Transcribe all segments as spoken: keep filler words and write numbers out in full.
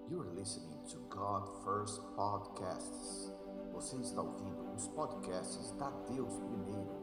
You're listening to God First Podcasts. Você está ouvindo os podcasts da Deus Primeiro.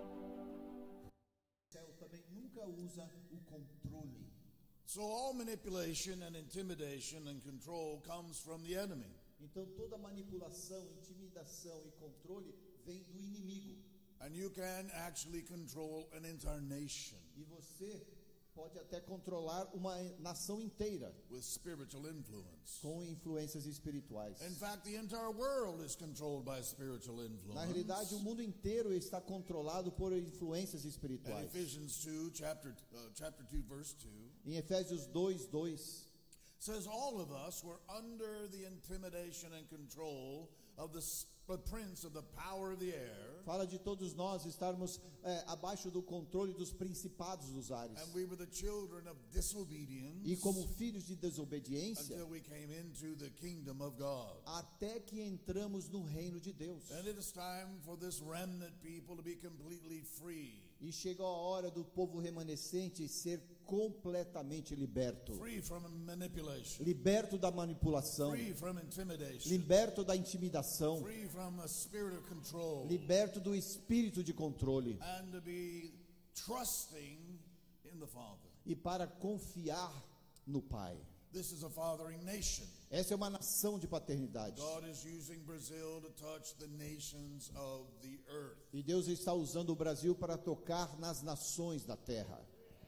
O céu também nunca usa o controle. So all manipulation and intimidation and control comes from the enemy. Então toda manipulação, intimidação e controle vem do inimigo. And you can actually control an entire nation E você pode até controlar uma nação inteira with spiritual influence. com influências espirituais. In fact, the entire world is controlled by spiritual Na influence. realidade, o mundo inteiro está controlado por influências And espirituais. Ephesians two, chapter uh, chapter two, verse two Em Efésios dois, dois, says all of us were under the intimidation and control of the, the prince of the power of the air, fala de todos nós estarmos é, abaixo do controle dos principados dos ares. and we were the children of disobedience E como filhos de desobediência, until we came into the kingdom of God. até que entramos no reino de Deus. And it is time for this remnant people to be completely free. E chegou a hora do povo remanescente ser completamente liberto. Free from manipulation. Liberto da manipulação, Free from intimidation. liberto da intimidação, Free from a spirit of control. liberto do espírito de controle. And to be trusting in the Father. E para confiar no Pai. This is a fathering nation. Essa é uma nação de paternidade. God is using Brazil to touch the nations of the earth. E Deus está usando o Brasil para tocar nas nações da terra.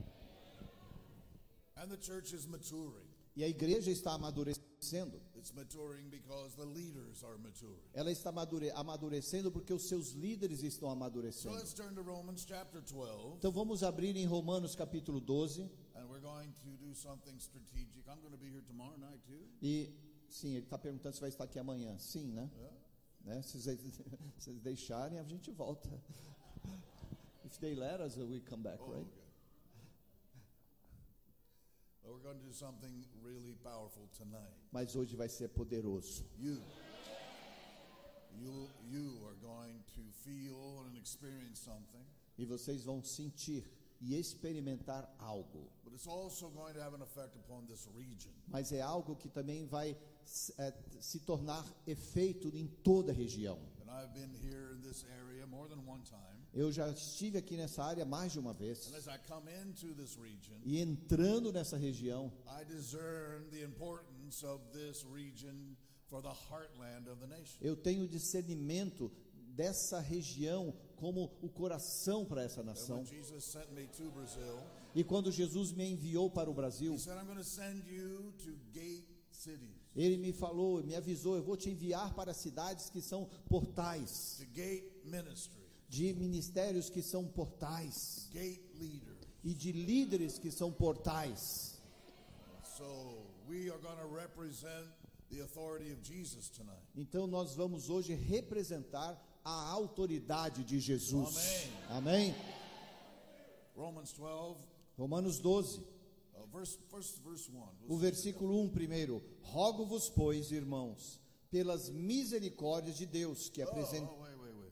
And the church is maturing. E a igreja está amadurecendo. It's maturing because the leaders are maturing. Ela está amadure- amadurecendo porque os seus líderes estão So amadurecendo. let's turn to Romans chapter twelve. Então vamos abrir em Romanos capítulo doze. And we're going to do something strategic. I'm going to be here tomorrow night too. E sim, ele está perguntando se vai estar aqui amanhã. Sim, né? Yeah. né? Se vocês, se vocês deixarem, a gente volta. If they let us, we come back, Oh, right? okay. But we're going to do something really powerful tonight. Mas hoje vai ser poderoso. You, you, you are going to feel and experience something. E vocês vão sentir e experimentar algo. But it's also going to have an effect upon this region. Mas é algo que também vai é, se tornar efeito em toda a região. And I've been here in this area more than one time. Eu já estive aqui nessa área mais de uma And vez. as I come into this region, E entrando nessa região, I discern the importance of this region for the heartland of the nation. eu tenho discernimento dessa região como o coração para essa And nação. when Jesus sent me to Brazil, E quando Jesus me enviou para o Brasil, He said, I'm going to send you to gate cities, ele me falou, me avisou, eu vou te enviar para cidades que são portais, to gate ministry, de ministérios que são portais gate leaders. e de líderes que são portais. So we are going to represent the authority of Jesus tonight. Então nós vamos hoje representar a autoridade de Jesus. Amém. Amém. Romans twelve, Romanos doze, uh, verse, first verse one. o versículo um primeiro. Rogo-vos, pois, irmãos, pelas misericórdias de Deus, que Oh, apresenta oh, wait, wait, wait, wait.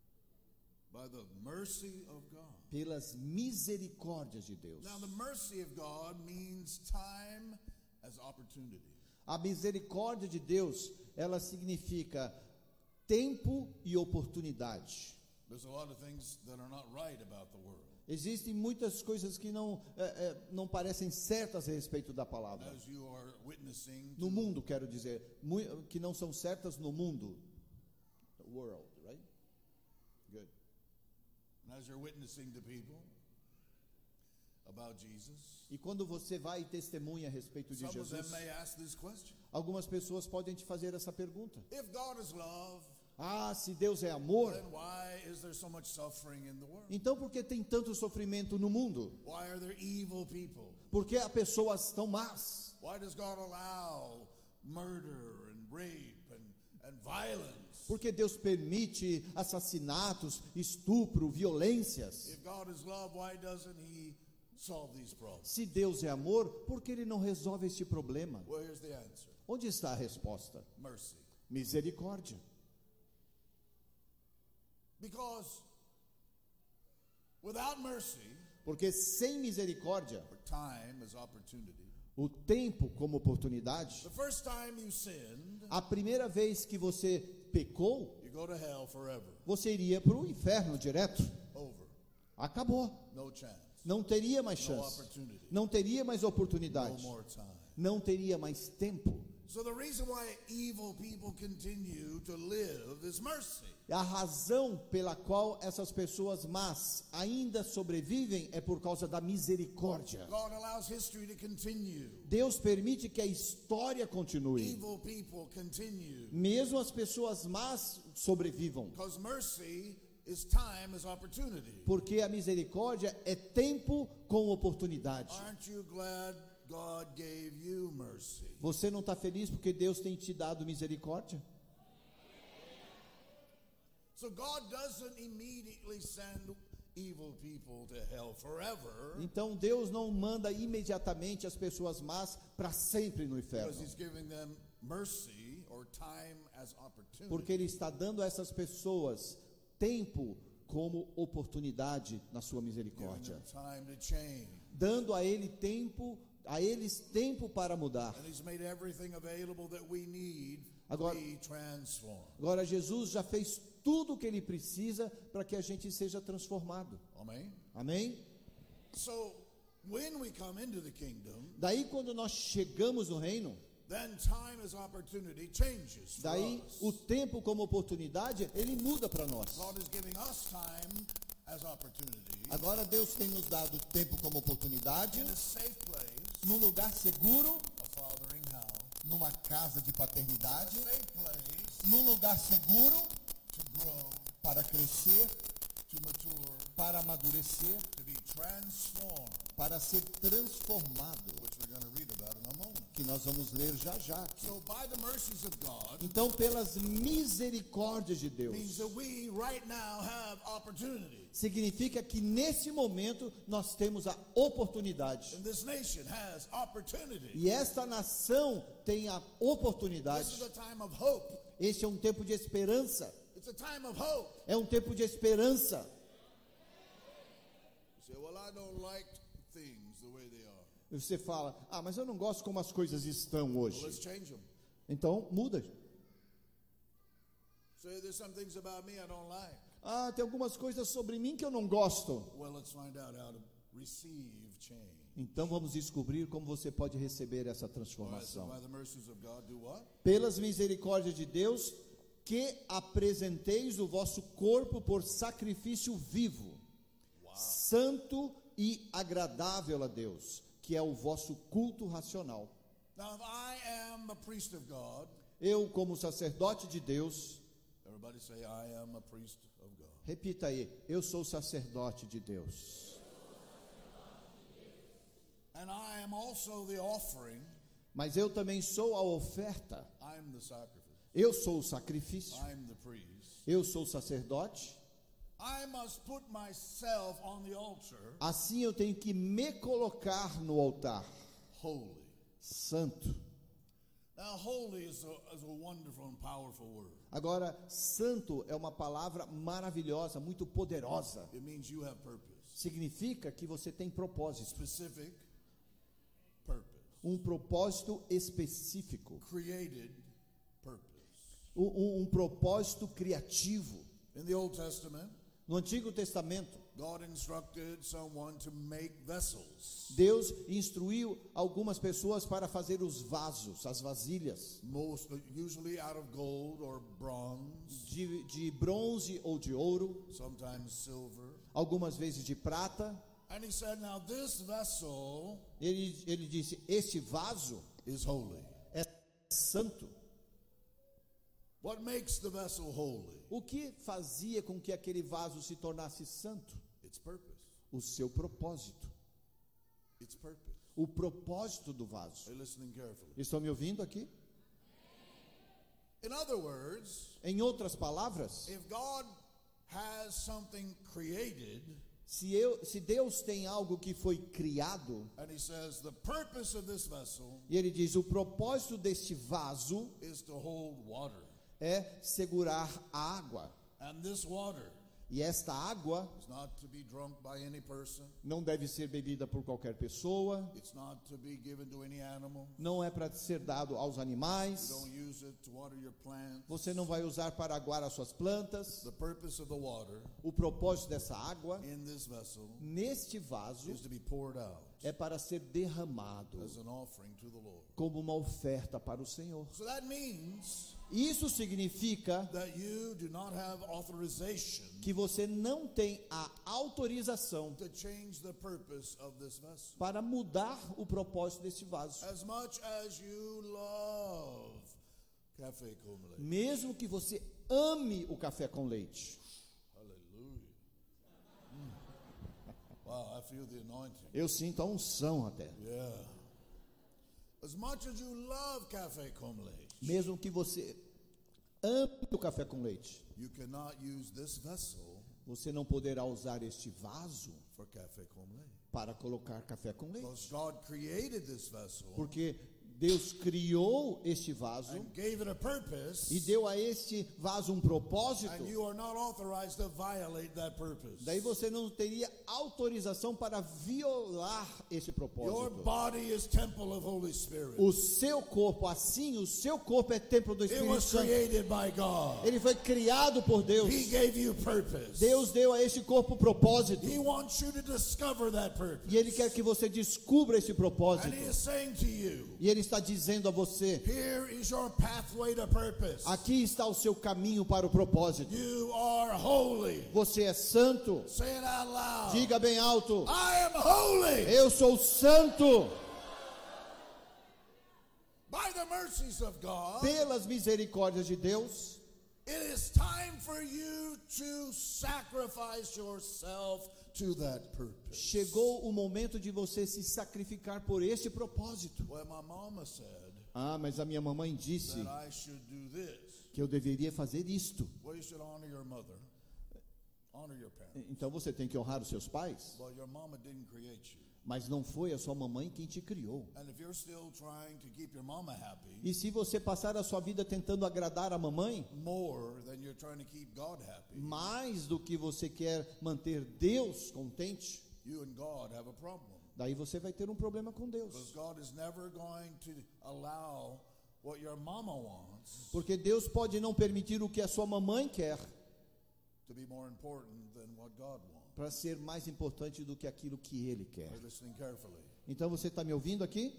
By the mercy of God. pelas misericórdias de Deus. Now, the mercy of God means time as opportunity. A misericórdia de Deus, ela significa tempo e oportunidade. There's a lot of things that are not right about the world. Existem muitas coisas que não, é, é, não parecem certas a respeito da palavra. As you are witnessing No to, mundo, quero dizer, mu- que não são certas no mundo. World, right? Good. and as you're witnessing to people about Jesus, E quando você vai e testemunha a respeito de some of them Jesus, may ask this question. algumas pessoas podem te fazer essa pergunta. If God is love, Ah, se Deus é amor, then why is there so much suffering in the world? então por que tem tanto sofrimento no mundo? Why are there evil people? Por que as pessoas tão más? Why does God allow murder and rape and, and violence? Porque Deus permite assassinatos, estupro, violências. If God is love, why doesn't He solve these problems? Se Deus é amor, por que Ele não resolve este problema? Well, here's the answer. Onde está a resposta? Mercy. Misericórdia. Because without mercy, Porque sem misericórdia, or time as opportunity, o o tempo como oportunidade, The first time you sinned, a primeira vez que você pecou, you go to hell forever. você iria para o inferno direto. Over. Acabou. No chance. Não teria mais No chance. opportunity. Não teria mais No oportunidade. more time. Não teria mais tempo. So the reason why evil people continue to live is mercy. A razão pela qual essas pessoas más ainda sobrevivem é por causa da misericórdia. God allows history to continue. Deus permite que a história continue. Evil people continue. Mesmo as pessoas más sobrevivam. Because mercy is time as opportunity. Porque a misericórdia é tempo com oportunidade. Aren't you glad God gave you mercy? Você não está feliz porque Deus tem te dado misericórdia? So God doesn't immediately send evil people to hell forever. Então Deus não manda imediatamente as pessoas más para sempre no inferno. Because he's giving them mercy or time as opportunity. Porque Ele está dando a essas pessoas tempo como oportunidade na sua Giving misericórdia. them time to change. Dando a Ele tempo, a eles tempo para mudar. And he's made everything available that we need Agora- to be transformed. Agora Jesus já fez tudo o que Ele precisa para que a gente seja transformado. Amen. Amém? So when we come into the kingdom, Daí quando nós chegamos no reino, then time as opportunity changes for daí us. o tempo como oportunidade, ele muda para nós. God is giving us time as opportunity Agora Deus tem nos dado tempo como oportunidade, in a safe place, num lugar seguro, a fathering house, numa casa de paternidade, a safe place num lugar seguro to grow, para crescer, to mature, para amadurecer, to be transformed, para ser transformado, which we're going to read about in a moment. que nós vamos ler já já aqui. So by the mercies of God, Então, pelas misericórdias de Deus, means that we right now have opportunity. significa que nesse momento nós temos a oportunidade. And this nation has opportunity. E esta nação tem a This is oportunidade. a time of hope. Este é um tempo de esperança. It's a time of hope. É um tempo de esperança. You say, well, I don't like things the way they are. E você fala, ah, mas eu não gosto como as coisas estão Well, hoje. let's change them. Então, muda. Say, there's some things about me I don't like. Ah, tem algumas coisas sobre mim que eu não gosto. Well, let's find out how to receive change. Então vamos descobrir como você pode receber essa All right, so transformação. by the mercies of God, do what? Pelas misericórdias de Deus, que apresenteis o vosso corpo por sacrifício vivo, santo e agradável a Deus, que é o vosso culto racional. Now, if I am a priest of God, Eu, como sacerdote de Deus, everybody say, I am a priest of God. repita aí, eu sou sacerdote de Deus. And I am also the offering. Mas eu também sou a oferta, I'm the sacrifice. eu sou o sacrifício, I'm the priest. eu sou o sacerdote. I must put myself on the altar Assim eu tenho que me colocar no altar, holy. santo. Now, holy is a, is a wonderful and powerful word. Agora, santo é uma palavra maravilhosa, muito poderosa. It means you have purpose. Significa que você tem propósito, Specific purpose. um propósito específico, Created purpose. um, um- um propósito criativo. In the Old Testament, No Antigo Testamento, God instructed someone to make vessels. Deus instruiu algumas pessoas para fazer os vasos, as vasilhas, Most usually out of gold or bronze, de, de bronze ou de ouro, sometimes silver. algumas vezes de prata. And he said, now this vessel Ele, ele disse, este vaso is holy. é santo. What makes the vessel holy? O que fazia com que aquele vaso se tornasse santo? Its purpose. O seu propósito. Its purpose. O propósito do vaso. Are you listening carefully? Estão me ouvindo aqui? In other words, Em outras palavras, if God has something created, se, eu, se Deus tem algo que foi criado, and he says the purpose of this vessel e Ele diz, o propósito deste vaso is to hold water. é segurar a água. And this water E esta água is not to be drunk by any person. não deve ser bebida por qualquer pessoa, It's not to be given to any animal. não é para ser dado aos You animais, don't use it to water your plants. você não vai usar para aguar as suas plantas. The purpose of the water O propósito dessa água, in this vessel neste vaso, is to be poured out é para ser derramado as an offering to the Lord. como uma oferta para o Senhor. So that means Isso significa that you do not have authorization que você não tem a autorização to change the purpose of this vessel. para mudar o propósito desse vaso. As much as you love café com leite. Mesmo que você ame o café com leite. Hallelujah. Mm. Wow, I feel the anointing. Eu sinto a unção até. Yeah. As much as you love café com leite, Mesmo que você ame o café com leite, you cannot use this vessel você não poderá usar este vaso for café com leite. para colocar café com leite. Because God created this vessel Porque Deus criou este vaso and gave it a purpose, e deu a este vaso um propósito. and you are not authorized to violate that purpose. Daí você não teria autorização para violar esse Your propósito. body is temple of Holy Spirit. O seu corpo, assim, o seu corpo é templo do It Espírito was Santo. created by God. Ele foi criado por Deus. He gave you purpose. Deus deu a este corpo propósito. He wants you to discover that purpose. E Ele quer que você descubra esse propósito. And He is saying to you, E Ele está dizendo a você: here is your pathway to purpose. aqui está o seu caminho para o propósito. You are holy. Você é santo. Say it out loud. Diga bem alto: I am holy. eu sou santo. By the mercies of God, Pelas misericórdias de Deus, it is time for you to sacrifice yourself to that purpose. chegou o momento de você se sacrificar por este propósito. Well, my mama said Ah, mas a minha mamãe disse that I should do this. que eu deveria fazer isto. Well, you should honor your mother. Honor your parents. Então você tem que honrar os seus pais, Well, your mama didn't create you. mas não foi a sua mamãe quem te criou. And if you're still trying to keep your mama happy, E se você passar a sua vida tentando agradar a mamãe, more than you're trying to keep God happy, mais do que você quer manter Deus contente, you and God have a problem. daí você vai ter um problema com Because Deus. God is never going to allow what your mama wants Porque Deus pode não permitir o que a sua mamãe quer to be more important than what God wants. para ser mais importante do que aquilo que Ele quer. Are you listening carefully? Então você está me ouvindo aqui?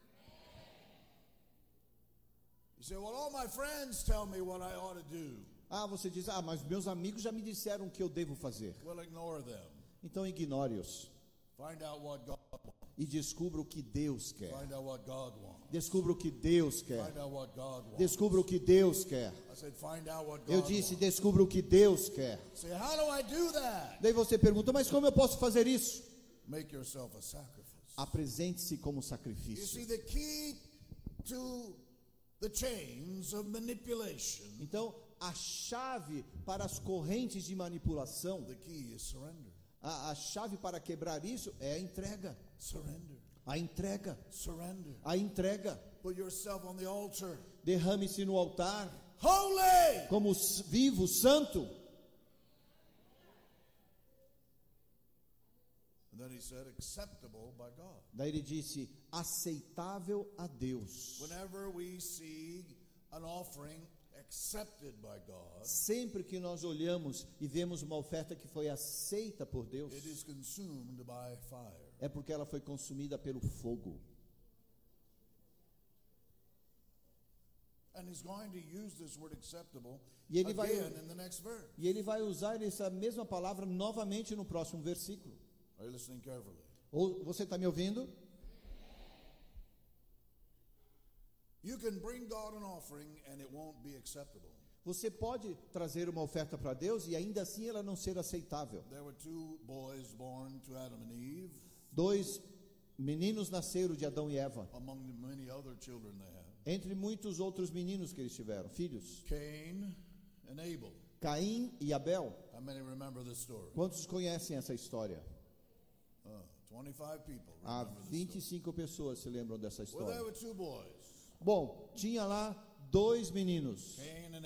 You say, well, all my friends tell me what I ought to do. Ah, você diz: ah, mas meus amigos já me disseram o que eu devo fazer. Well, ignore them. Então ignore-os Find out what God wants. e descubra o que Deus quer. Find out what God wants. Descubra o que Deus quer. Find out what God wants. Descubra o que Deus quer. I said, find out what God Eu disse: wants. descubra o que Deus quer. Say, how do I do that? Daí você pergunta: mas como eu posso fazer isso? Make yourself a sacrifice. Apresente-se como You see, sacrifício. the key to the chains of manipulation, Então, a chave para as correntes de manipulação, the key is surrender. a, a chave para quebrar isso é a entrega. Surrender. A entrega. Surrender. A entrega. Put yourself on the altar. Derrame-se no altar Holy! como s- vivo, santo. And then he said, acceptable by God. Daí ele disse: aceitável a Deus. Whenever we see an offering accepted by God, Sempre que nós olhamos e vemos uma oferta que foi aceita por Deus, it is consumed by fire. é porque ela foi consumida pelo fogo. And he's going to use this word acceptable E ele vai- again in the next verse. E ele vai usar essa mesma palavra novamente no próximo versículo. Are you listening carefully? Ou você está me ouvindo? You can bring God an offering and it won't be acceptable. Você pode trazer uma oferta para Deus e ainda assim ela não ser aceitável. There were two boys born to Adam and Eve, Dois meninos nasceram de Adão e Eva, among the many other children they had. entre muitos outros meninos que eles tiveram, filhos. Cain and Abel. Caim e Abel. How many remember this story? Quantos conhecem essa história? Uh, twenty-five people Há remember this vinte e story. cinco pessoas se lembram dessa Well, there história. were two boys, Bom, tinha lá dois meninos, Cain and Abel.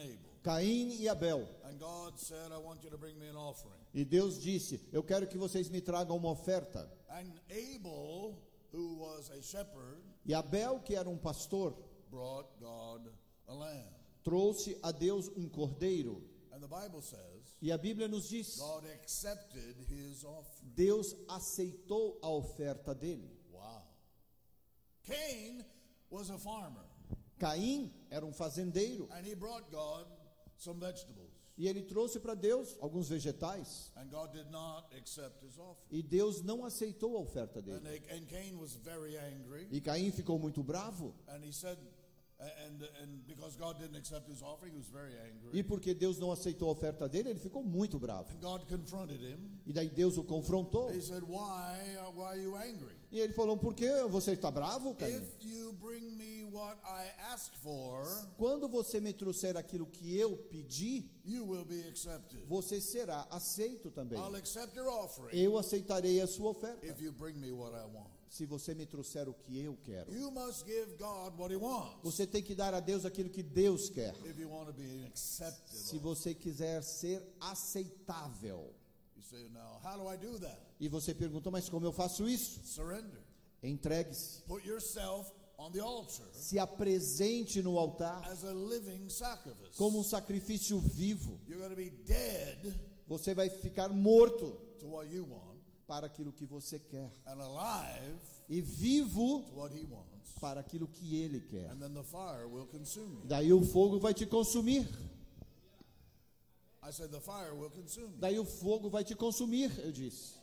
Caim e Abel. And God said, I want you to bring me an offering. E Deus disse, eu quero que vocês me tragam uma oferta. And Abel, who was a shepherd, E Abel, que era um pastor, brought God a lamb. trouxe a Deus um cordeiro. And the Bible says, E a Bíblia nos diz, God accepted his offering. Deus aceitou a oferta dele. Wow. Cain was a farmer, Caim era um fazendeiro and he brought God some vegetables. e ele trouxe para Deus alguns vegetais. And God did not accept his offering. E Deus não aceitou a oferta And, dele. they, and Cain was very angry. E Caim ficou muito bravo. And he said, and, and because God didn't accept his offering, he was very angry. E porque Deus não aceitou a oferta dele, ele ficou muito bravo. And God confronted him. E daí Deus o confrontou. He said, why, uh, why are you angry? E ele falou, por que você está bravo, Caim? If you bring me what I asked for, Quando você me trouxer aquilo que eu pedi, you will be accepted. você será aceito também. I'll accept your offering Eu aceitarei a sua oferta, if you bring me what I want. se você me trouxer o que eu quero. You must give God what he wants Você tem que dar a Deus aquilo que Deus quer. if you want to be accepted. Se você quiser ser aceitável. You say, now, how do I do that? E você pergunta, mas como eu faço isso? Surrender. Entregue-se. Put yourself on the altar Se apresente no altar as a living sacrifice. como um sacrifício vivo. You're going to be dead Você vai ficar morto to what you want para aquilo que você quer. and alive E vivo to what he wants. para aquilo que Ele quer. And then the fire will consume you. Daí o fogo vai te consumir. I said the fire will consume you. Daí o fogo vai te consumir, eu disse.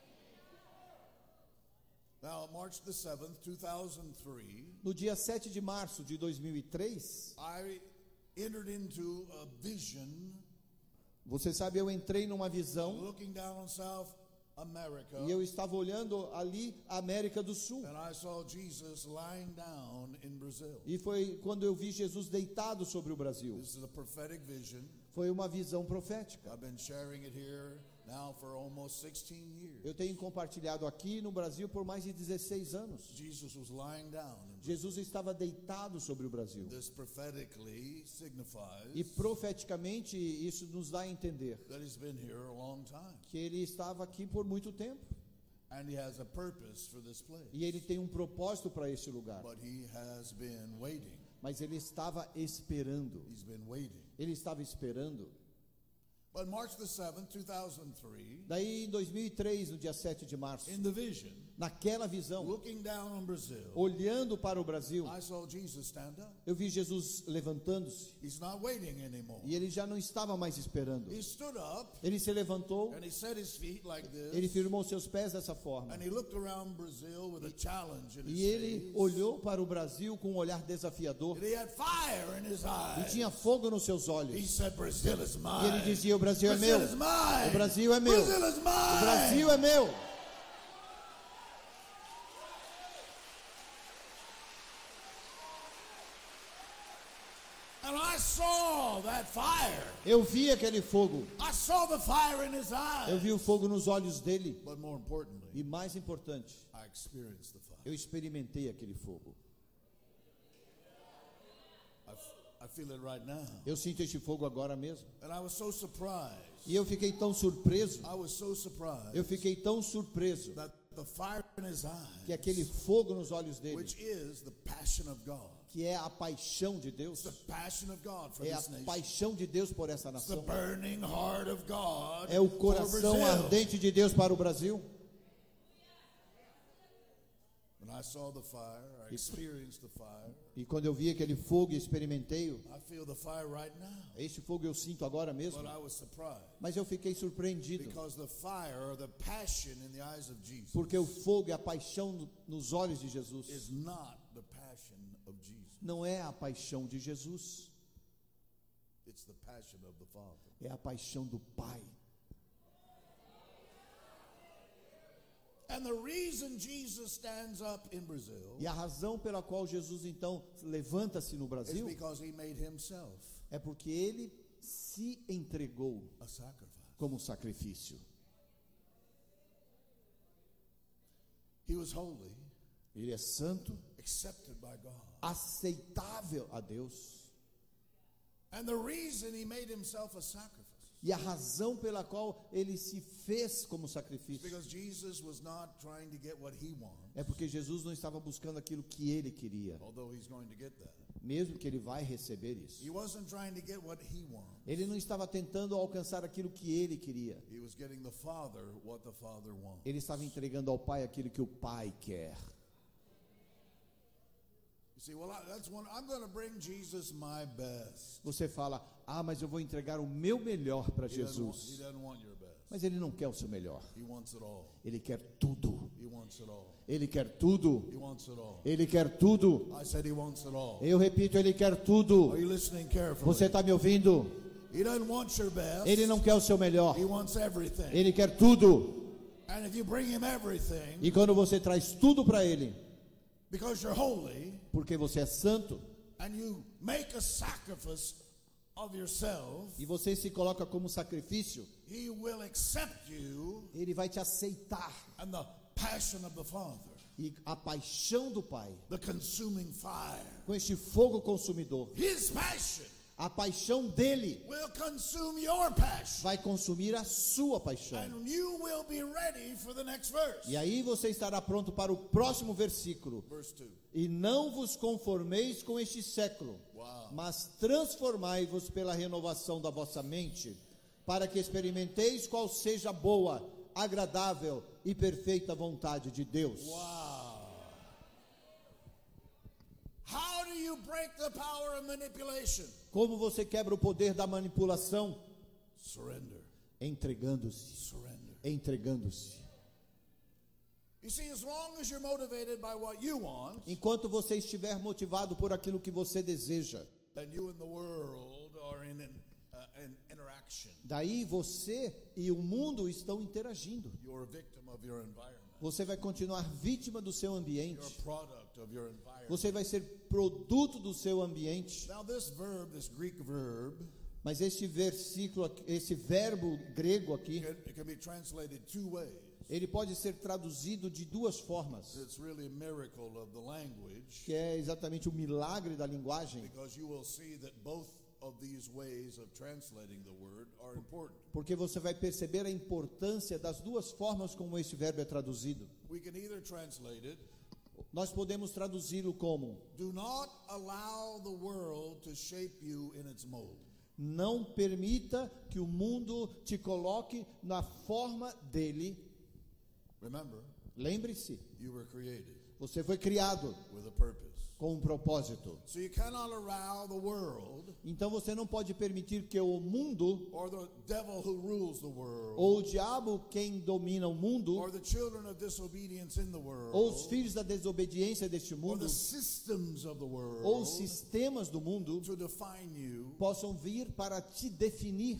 Now, March the seventh, two thousand three, No dia sete de março de dois mil e três, I entered into a vision você sabe, eu entrei numa visão looking down on South America, e eu estava olhando ali a América do Sul. and I saw Jesus lying down in Brazil. E foi quando eu vi Jesus deitado sobre o Brasil. This is a prophetic vision. Foi uma visão profética. I've been sharing it here now for almost sixteen years. Eu tenho compartilhado aqui no Brasil por mais de dezesseis anos. Jesus was lying down in Brazil. Jesus estava deitado sobre o Brasil. This prophetically signifies E profeticamente isso nos dá a entender that he's been here a long time. que ele estava aqui por muito tempo. And he has a purpose for this place. E ele tem um propósito para esse lugar. But he has been waiting. Mas ele estava esperando. He's been waiting. Ele estava esperando. But March the seventh, two thousand three, Daí em dois mil e três, no dia sete de março, in the vision, naquela visão, looking down on Brazil, olhando para o Brasil, I saw Jesus stand up. eu vi Jesus levantando-se. He's not waiting anymore. E ele já não estava mais esperando. He stood up Ele se levantou, and he set his feet like ele this. firmou seus pés dessa forma. And he looked around Brazil with a challenge in his E ele face. olhou para o Brasil com um olhar desafiador. And he had fire in his E eyes. tinha fogo nos seus He olhos. said, Brazil is E mine. ele dizia, o Brasil é meu. Brazil is mine. O Brasil é meu. Brazil is mine. O Brasil é meu. And I saw that fire. Eu vi aquele fogo. I saw the fire in his eyes. Eu vi o fogo nos olhos dele. But more importantly, E mais importante, I experienced the fire. eu experimentei aquele fogo. I, f- I feel it right now. Eu sinto este fogo agora mesmo. And I was so surprised. E eu fiquei tão surpreso. I was so surprised Eu fiquei tão surpreso that the fire in his eyes, que aquele fogo nos olhos dele, which is the passion of God, que é a paixão de Deus, it's the passion of God for é a this nation, paixão de Deus por essa it's the nação, burning heart of God é o for coração Brazil. ardente de Deus para o Brasil. When I saw the fire, I experienced the fire. E quando eu vi aquele fogo e experimentei-o, I feel the fire right now. este fogo eu sinto agora mesmo. But I was surprised Mas eu fiquei surpreendido, because the fire or the passion in the eyes of Jesus porque o fogo e a paixão no- nos olhos de Jesus is not the passion of Jesus. não é a paixão de Jesus, It's the passion of the Father. é a paixão do Pai. And the reason Jesus stands up in Brazil E a razão pela qual Jesus então levanta-se no is Brasil because he made himself é porque ele se entregou a sacrifice. como sacrifício. He was holy, Ele é santo, accepted by God. aceitável a Deus, And the reason he made himself a sacrifice. E a razão pela qual ele se fez como sacrifício Because Jesus was not trying to get what he wants, é porque Jesus não estava buscando aquilo que ele queria, although he's going to get that. mesmo que ele vai receber isso. He wasn't trying to get what he wants. Ele não estava tentando alcançar aquilo que ele queria. He was getting the Father what the Father wants. Ele estava entregando ao Pai aquilo que o Pai quer. You see, well, I, that's one. I'm going to bring Jesus my best. Você fala, ah, mas eu vou entregar o meu melhor para He doesn't, want, he Jesus. doesn't want your best. Mas ele não quer o seu melhor. He wants it all. Ele quer tudo. He wants it all. Ele quer tudo. He wants it all. Ele quer tudo. I said he wants it all. Eu repito, ele quer tudo. Are you listening carefully? Você está me ouvindo? He doesn't want your best. Ele não quer o seu melhor. He wants everything. Ele quer tudo. And if you bring him everything, E quando você traz tudo para ele, because you're holy, porque você é santo, and you make a sacrifice of yourself, e você se coloca como sacrifício, he will accept you ele vai te aceitar. and the passion of the Father, E a paixão do Pai, the consuming fire. com este fogo consumidor, His passion a paixão dele will consume your passion. vai consumir a sua paixão. And you will be ready for the next verse. E aí você estará pronto para o próximo versículo. Verse two. E não vos conformeis com este século, Wow. mas transformai-vos pela renovação da vossa mente, para que experimenteis qual seja a boa, agradável e perfeita vontade de Deus. Wow. How do you break the power of manipulation? Como você quebra o poder da manipulação? Surrender. Entregando-se, Surrender. entregando-se. You see, as long as you're motivated by what you want, Enquanto você estiver motivado por aquilo que você deseja, then you and the world are in an uh, in interaction. daí você e o mundo estão interagindo. You're a victim of your environment. Você vai continuar vítima do seu You're ambiente. a product of your environment. Você vai ser produto do seu ambiente. Now this verb, this Greek verb, Mas este versículo, aqui- esse verbo grego aqui, it, it can be translated two ways. ele pode ser traduzido de duas formas, It's really a miracle of the language, que é exatamente o milagre da linguagem, because you will see that both of these ways of translating the word are important. porque você vai perceber a importância das duas formas como este verbo é traduzido. We can either translate it, Nós podemos traduzi-lo como: do not allow the world to shape you in its mold. não permita que o mundo te coloque na forma dele. Remember, Lembre-se, you were created você foi criado with a purpose. com um propósito. So you cannot allow the world Então você não pode permitir que o mundo, or the devil who rules the world ou o diabo quem domina o mundo, or the children of disobedience in the world ou os filhos da desobediência deste or mundo, the systems of the world ou os sistemas do mundo to define you. possam vir para te definir.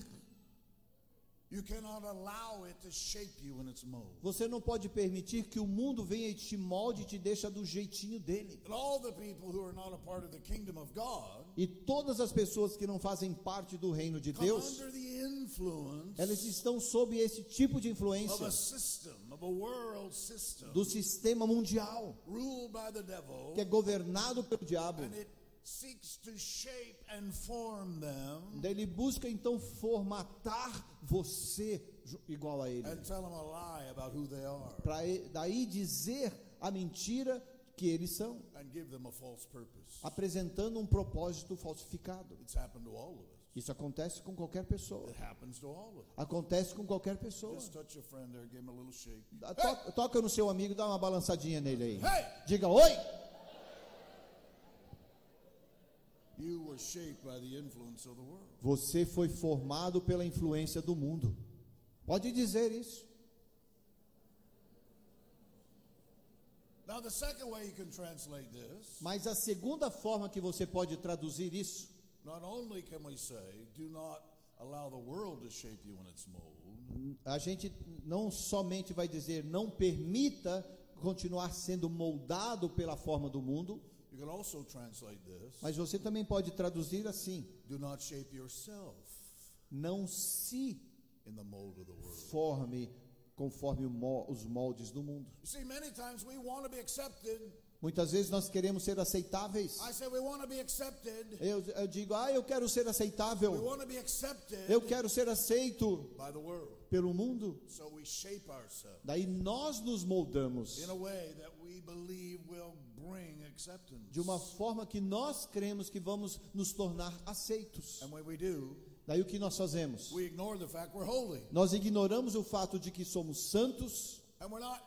You cannot allow it to shape you in its mold. Você não pode permitir que o mundo venha e te molde e te deixa do jeitinho dele. And all the people who are not a part of the kingdom of God E todas as pessoas que não fazem parte do reino de come Deus, under the influence elas estão sob esse tipo de of influência a system, of a world system do sistema mundial, ruled by the devil, que é governado pelo diabo. and it seeks to shape and form them Ele busca então formatar você ju- igual a ele, and tell them a lie about who they are para daí dizer a mentira que eles são, and give them a false purpose. apresentando um propósito falsificado. It's happened to all of us. Isso acontece com qualquer pessoa. It happens to all of us. Acontece com qualquer pessoa. Just touch your friend there, give him a little shake. To- Toca no seu amigo, dá uma balançadinha nele aí. Hey! Diga oi. You were shaped by the influence of the world. Você foi formado pela influência do mundo. Pode dizer isso. Now the second way you can translate this, Mas a segunda forma que você pode traduzir isso, not only can we say, do not allow the world to shape you in its mold, a gente não somente vai dizer não permita continuar sendo moldado pela forma do mundo, you can also translate this, mas você também pode traduzir assim: do not shape yourself não se in the mold of the world. forme conforme o mo- os moldes do mundo. You see, many times we want to be accepted Muitas vezes nós queremos ser aceitáveis. I say we want to be accepted. Eu, eu digo, ah, eu quero ser We aceitável. want to be accepted Eu quero ser aceito by the world. pelo mundo. So we shape ourselves Daí nós nos moldamos in a way that we believe will bring acceptance. de uma forma que nós cremos que vamos nos tornar aceitos. And when we do, Daí o que nós fazemos? we ignore the fact we're holy. Nós ignoramos o fato de que somos santos. And we're not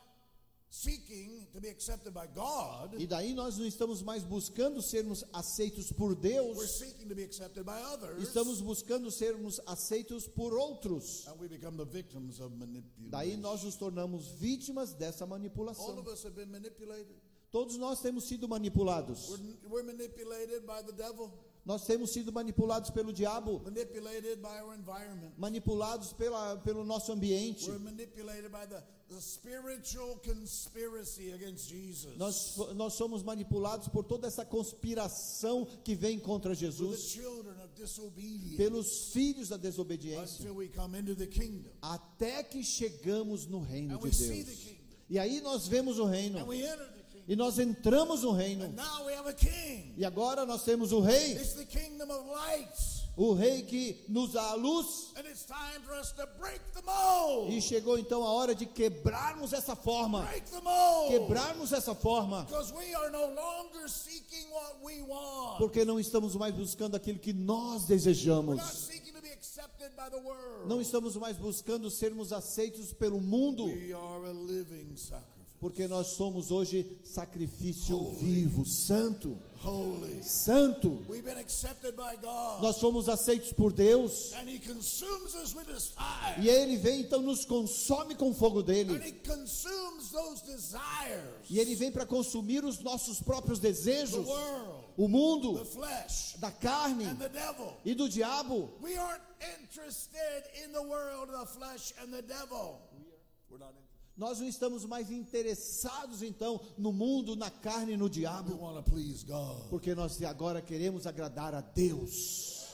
seeking to be accepted by God. E daí nós não estamos mais buscando sermos aceitos por We're Deus. seeking to be accepted by others. Estamos buscando sermos aceitos por outros. And we become the victims of manipulation. Daí nós nos tornamos vítimas dessa All manipulação. of us have been manipulated. Todos nós temos sido manipulados. We're, we're manipulated by the devil, Nós temos sido manipulados pelo diabo, manipulated by our environment. manipulados pela, pelo nosso ambiente. We're manipulated by the, the spiritual conspiracy against Jesus. Nós, nós somos manipulados por toda essa conspiração que vem contra We're the Jesus, children of disobedience pelos filhos da desobediência, until we come into the kingdom. até que chegamos no reino And we de see the Deus. kingdom. E aí nós vemos o reino, And we enter the kingdom. e nós entramos no reino, And now we have a king. e agora nós temos o rei, It's the kingdom of light. o rei que nos dá a luz, And it's time for us to break the mold. e chegou então a hora de quebrarmos essa forma, Break the mold. quebrarmos essa forma, Because we are no longer seeking what we want. porque não estamos mais buscando aquilo que nós We're desejamos. not seeking to be accepted by the world. Não estamos mais buscando sermos aceitos pelo mundo, We are a living sacrifice. porque nós somos hoje sacrifício vivo, santo, Holy. santo. We've been accepted by God. Nós somos aceitos por Deus, And He consumes us with His fire. e Ele vem então nos consome com o fogo And dele, He consumes those desires. e Ele vem para consumir os nossos próprios The desejos, world, o mundo, the flesh, da carne and the devil. e do diabo. We aren't interested in the world, the flesh, and the devil. We're not interested. Nós não estamos mais interessados então no mundo, na carne e no We diabo, want to please God. porque nós agora queremos agradar a Deus.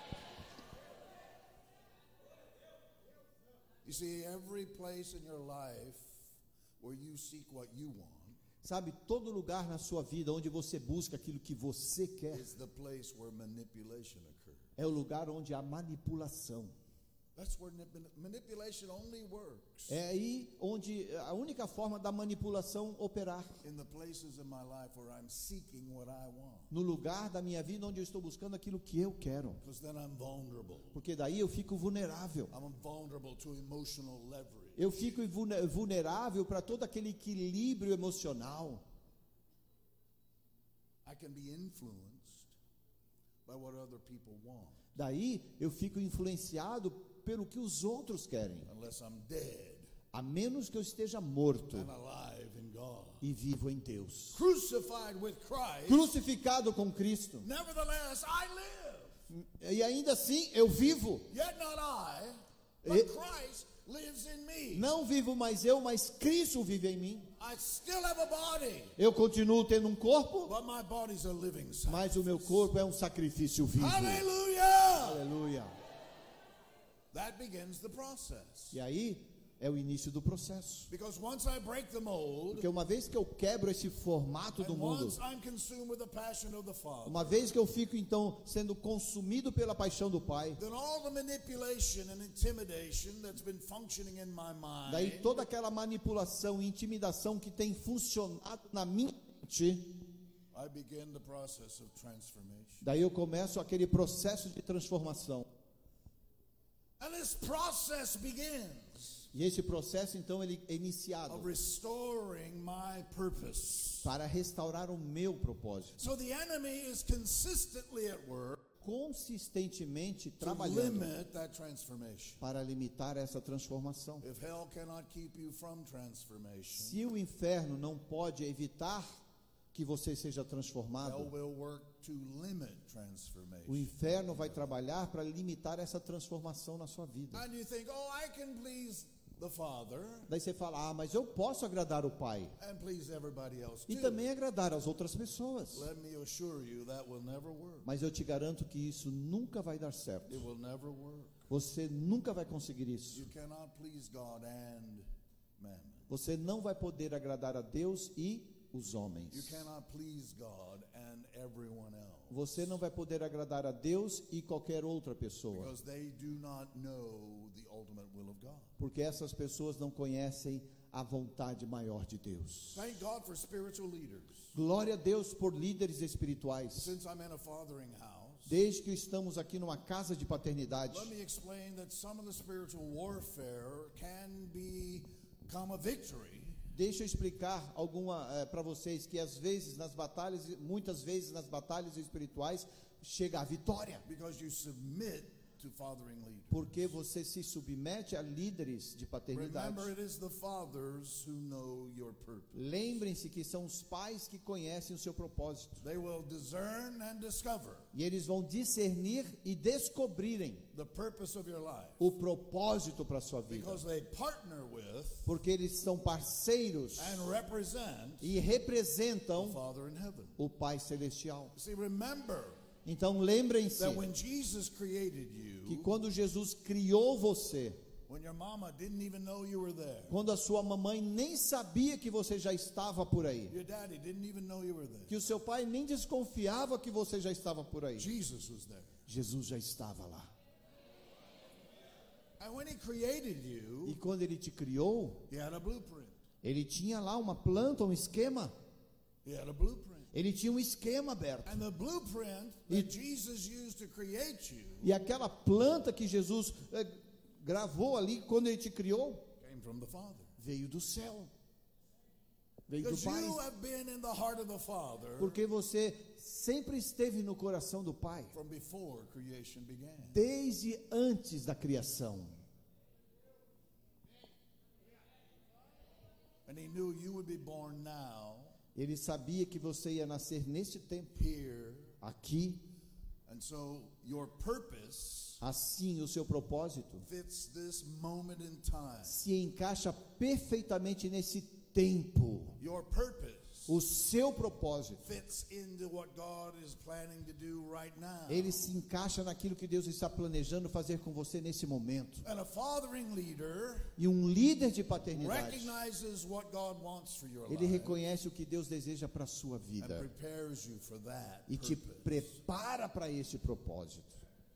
You see, every place in your life where you seek what you want Sabe, todo lugar na sua vida onde você busca aquilo que você quer, is the place where manipulation occurs. é o lugar onde há manipulação. That's where nip- manipulation only works. É aí onde a única forma da manipulação operar. In the places in my life where I'm seeking what I want. No lugar da minha vida onde eu estou buscando aquilo que eu quero. Because then I'm vulnerable. Porque daí eu fico vulnerável. I'm vulnerable to emotional leverage. Eu fico vulne- vulnerável para todo aquele equilíbrio emocional. I can be influenced by what other people want. Daí eu fico influenciado pelo que os outros querem. Unless I'm dead A menos que eu esteja morto and alive in God. e vivo em Deus. Crucified with Christ. Crucificado com Cristo. Nevertheless, I live. E ainda assim eu vivo. Yet not I, E- but Christ lives in me. Não vivo mais eu, mas Cristo vive em mim. I still have a body, Eu continuo tendo um corpo, but my body's a living sacrifice. mas o meu corpo é um sacrifício vivo. Hallelujah! Aleluia. That begins the process. E aí é o início do processo. Because once I break the mold, Porque uma vez que eu quebro esse formato do and mundo, once I'm consumed with the passion of the Father, uma vez que eu fico então sendo consumido pela paixão do Pai, then all the manipulation and intimidation that's been functioning in my mind daí toda aquela manipulação e intimidação que tem funcionado na minha mente, I begin the process of transformation. daí eu começo aquele processo de transformação. And this process begins E esse processo então ele é iniciado of restoring my purpose. para restaurar o meu propósito. So the enemy is consistently at work Consistentemente to trabalhando limit that transformation. para limitar essa transformação. If hell cannot keep you from transformation, Se o inferno não pode evitar que você seja hell transformado, will work to limit o transformation. inferno vai trabalhar para limitar essa transformação na sua vida. And you think, oh, I can please the Father Daí você fala, ah, mas eu posso agradar o Pai and please everybody else e too. também agradar as outras pessoas. Let me assure you that will never work. Mas eu te garanto que isso nunca vai dar certo. It will never work. Você nunca vai conseguir isso. You cannot please God and mammon. Você não vai poder agradar a Deus e os You homens. cannot please God and everyone else Você não vai poder agradar a Deus e qualquer outra pessoa, because they do not know the ultimate will of God. porque essas pessoas não conhecem a vontade maior de Deus. Thank God for spiritual leaders. Glória a Deus por líderes espirituais. Since I'm in a fathering house, Desde que estamos aqui numa casa de paternidade, let me explain that some of the spiritual warfare can become a victory deixa eu explicar alguma eh, para vocês que às vezes nas batalhas, muitas vezes nas batalhas espirituais chega a vitória, because you submit to fathering leaders. porque você se submete a líderes de paternidade. Remember, it is the fathers who know your purpose. Lembrem-se que são os pais que conhecem o seu propósito. They will discern and discover E eles vão discernir e descobrirem the purpose of your life o propósito para a sua vida. because they partner with Porque eles são parceiros and represent e the representam Father in heaven. o Pai Celestial. See, remember Então lembrem-se that when Jesus created que you, quando Jesus criou você, when your mama didn't even know you were there, quando a sua mamãe nem sabia que você já estava por aí, your daddy didn't even know you were there, que o seu pai nem desconfiava que você já estava por aí, Jesus was there. Jesus já estava lá. And when he created E you, quando ele te criou, he had a blueprint. ele tinha lá uma planta, um esquema. He had a blueprint. Ele tinha um esquema aberto. And the blueprint that Jesus used to create you E aquela planta que Jesus eh, gravou ali quando ele te criou, came from the Father. veio do céu. Veio do Because Pai. you have been in the heart of the Father Porque você sempre esteve no coração do Pai, from before creation began. desde antes da criação. And he knew you would be born now, Ele sabia que você ia nascer neste tempo, here, aqui. and so your purpose Assim, o seu propósito fits this moment in time. se encaixa perfeitamente nesse tempo. Your purpose O seu propósito, fits into what God is planning to do right now. ele se encaixa naquilo que Deus está planejando fazer com você nesse momento. And a fathering leader E um líder de paternidade, recognizes what God wants for your ele life reconhece o que Deus deseja para a sua and vida prepares you for that e te purpose. prepara para esse propósito.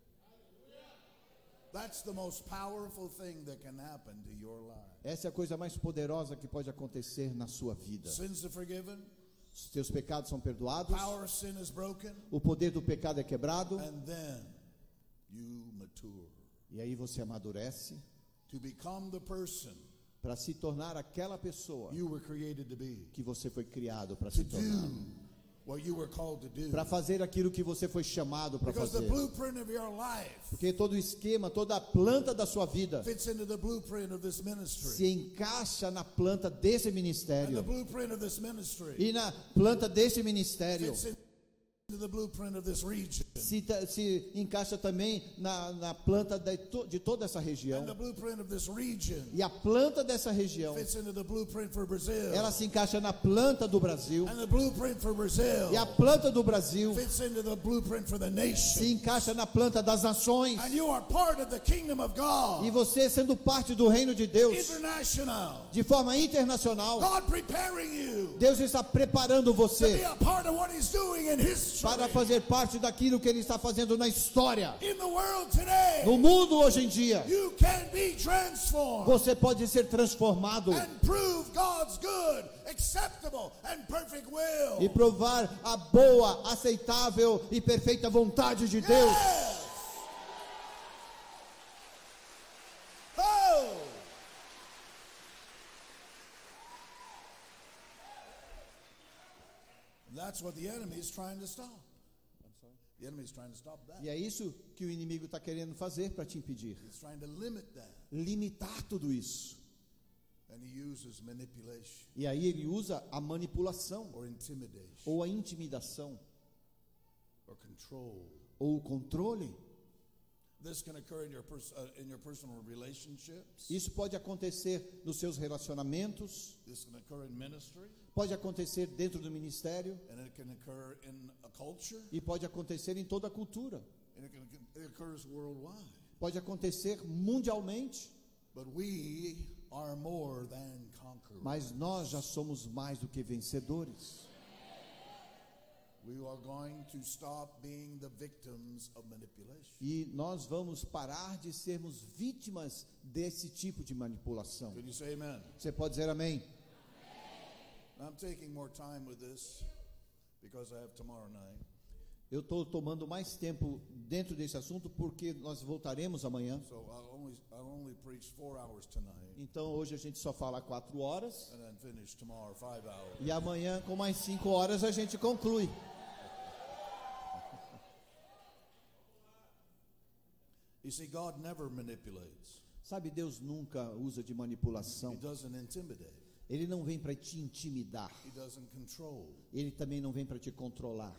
That's the most powerful thing that can happen to your life. Essa é a coisa mais poderosa que pode acontecer na sua vida. Sins are forgiven, Os teus pecados são perdoados, power of sin is broken, o poder do pecado é quebrado, and then you mature e aí você amadurece to become the person para se tornar aquela pessoa you were created to be, que você foi criado para to se tornar, do what you were called to do. para fazer aquilo que você foi chamado para Because the fazer. blueprint of your life Porque todo o esquema, toda a planta da sua vida fits into the blueprint of this se ministry. encaixa na planta desse And the ministério. blueprint of this ministry E na planta desse ministério fits into the blueprint of this region. se, ta- se encaixa também na, na planta de, to, de toda essa região. And the blueprint of this region E a planta dessa região, fits into the blueprint for Brazil. ela se encaixa na planta do Brasil. And the blueprint for Brazil E a planta do Brasil fits into the blueprint for the nation. se encaixa na planta das nações. And you are part of the kingdom of E God. você sendo parte do reino de Deus, International. de forma internacional, God preparing you Deus está preparando to be você a part of what He's doing in history. para fazer parte daquilo que Ele está fazendo na história. In the world today, No mundo hoje em dia, you can be transformed você pode ser transformado and prove God's good, acceptable, and perfect will. e provar a boa, aceitável e perfeita vontade de Deus. Yes! Oh! That's what the enemy is trying to stop. The enemy is trying to stop that. E é isso que o inimigo está querendo fazer para te impedir. He's trying to limit that. Limitar tudo isso. And he uses manipulation E aí ele usa a manipulação, or intimidation ou a intimidação, or control. ou o controle. This can occur in your, pers- uh, in your personal relationships. Isso pode acontecer nos seus relacionamentos, This can occur in ministry. pode acontecer dentro do ministério And it can occur in a culture. e pode acontecer em toda a cultura. And it, can, it occurs worldwide. Pode acontecer mundialmente. But we are more than conquerors. Mas nós já somos mais do que vencedores. We are going to stop being the victims of manipulation. E nós vamos parar de sermos vítimas desse tipo de manipulação. Can you say amen? Você pode dizer amém? I'm taking more time with this because I have tomorrow night. Eu estou tomando mais tempo dentro desse assunto porque nós voltaremos amanhã. So I'll only I'll only preach four hours tonight Então hoje a gente só fala quatro horas and then finish tomorrow five hours. e amanhã com mais cinco horas a gente conclui. You see, God never manipulates. Sabe, Deus nunca usa de He manipulação. doesn't intimidate. Ele não vem para te intimidar. He doesn't control. Ele também não vem para te controlar.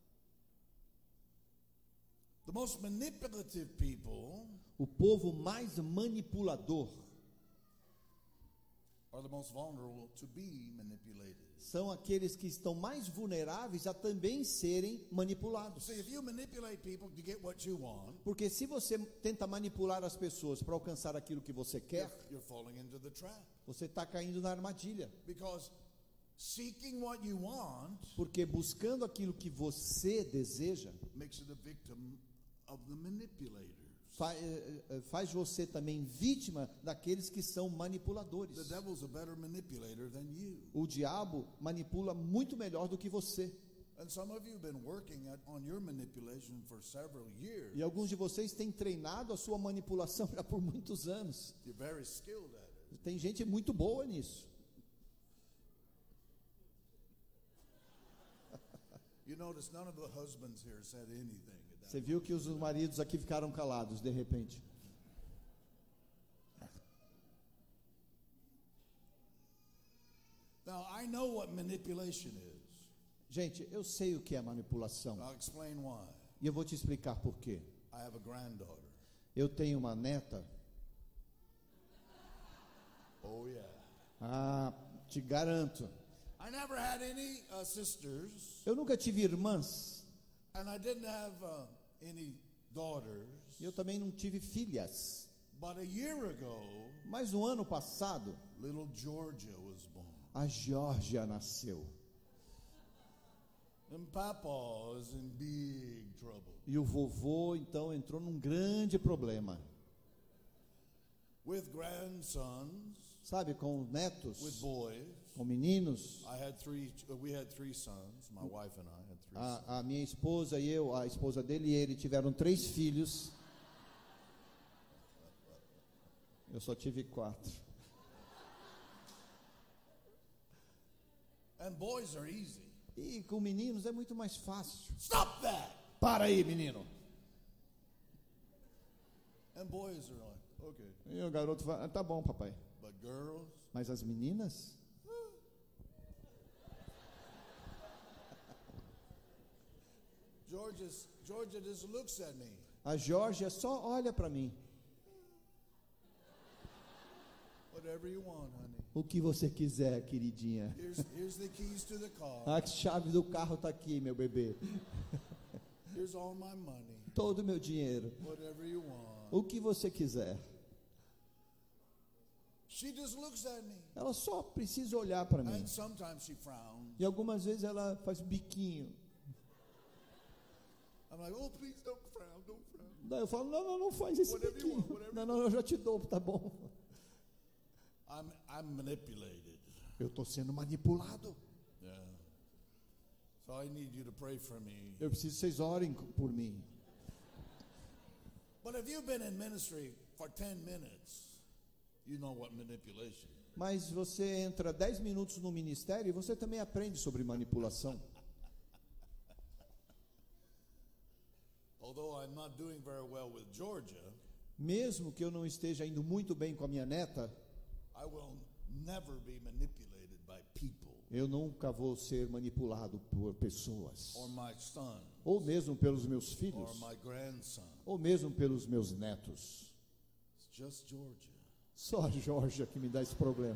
The most manipulative people O povo mais manipulador are the most vulnerable to be manipulated. são aqueles que estão mais vulneráveis a também serem manipulados. See, if you manipulate people to get what you want, Porque se você tenta manipular as pessoas para alcançar aquilo que você you're, quer, you're falling into the trap. você está caindo na armadilha. Because seeking what you want Porque buscando aquilo que você deseja, makes you the victim of the manipulators. fa- eh, eh, faz você também vítima daqueles que são The manipuladores. devil's a better manipulator than you. O diabo manipula muito melhor do que você. And some of you have been working at, on your manipulation for several years. E alguns de vocês têm treinado a sua manipulação já por muitos anos. You're very skilled at it. Tem gente muito boa nisso. You notice none of the husbands here said anything. at that. Você viu que os maridos aqui ficaram calados de repente. Now, I know what manipulation is. Gente, eu sei o que é manipulação. I'll explain why. E eu vou te explicar por quê. I have a granddaughter. Eu tenho uma neta. Oh, yeah. Ah, te garanto. I never had any uh, sisters, Eu nunca tive irmãs. and I didn't have uh, any daughters. E eu também não tive filhas. But a year ago, Mas no ano passado, little Georgia was born. a Geórgia nasceu. And Papa is in big trouble. E o vovô, então, entrou num grande problema. With grandsons, Sabe, com netos, with boys. com meninos. I had three, uh, we had three sons. My wife and I had three sons. A, a minha esposa e eu, a esposa dele e ele tiveram três filhos. Eu só tive quatro. And boys are easy. E com meninos é muito mais fácil. Stop that! Para aí, menino. And boys are like, okay. E o garoto fala, ah, tá bom, papai. But girls, Mas as meninas? Georgia's, Georgia just looks at me. A Geórgia só olha para mim. Whatever you want, honey. O que você quiser, queridinha. Here's, here's the keys to the car. A chave do carro tá aqui, meu bebê. Here's all my money. Todo o meu dinheiro. Whatever you want. O que você quiser. She just looks at me. Ela só precisa olhar para mim. And sometimes she frowns. E algumas vezes ela faz biquinho. I'm like, oh, please don't frown, don't frown. Daí eu falo, não, não, não faz esse Whatever you biquinho. want, whatever Não, não, eu já te dou, tá bom. I'm, I'm manipulated. Eu estou sendo manipulado. Yeah. So I need you to pray for me. Eu preciso que vocês orem por mim. But if you've been in ministry for ten minutes, you know what manipulation is. Mas você entra dez minutos no ministério e você também aprende sobre manipulação. Although I'm not doing very well with Georgia, Mesmo que eu não esteja indo muito bem com a minha neta, I will never be manipulated by people eu nunca vou ser manipulado por pessoas. or my son Ou mesmo pelos meus or filhos. my grandson. Ou mesmo pelos meus netos. It's just Georgia. Só a Geórgia que me dá esse problema.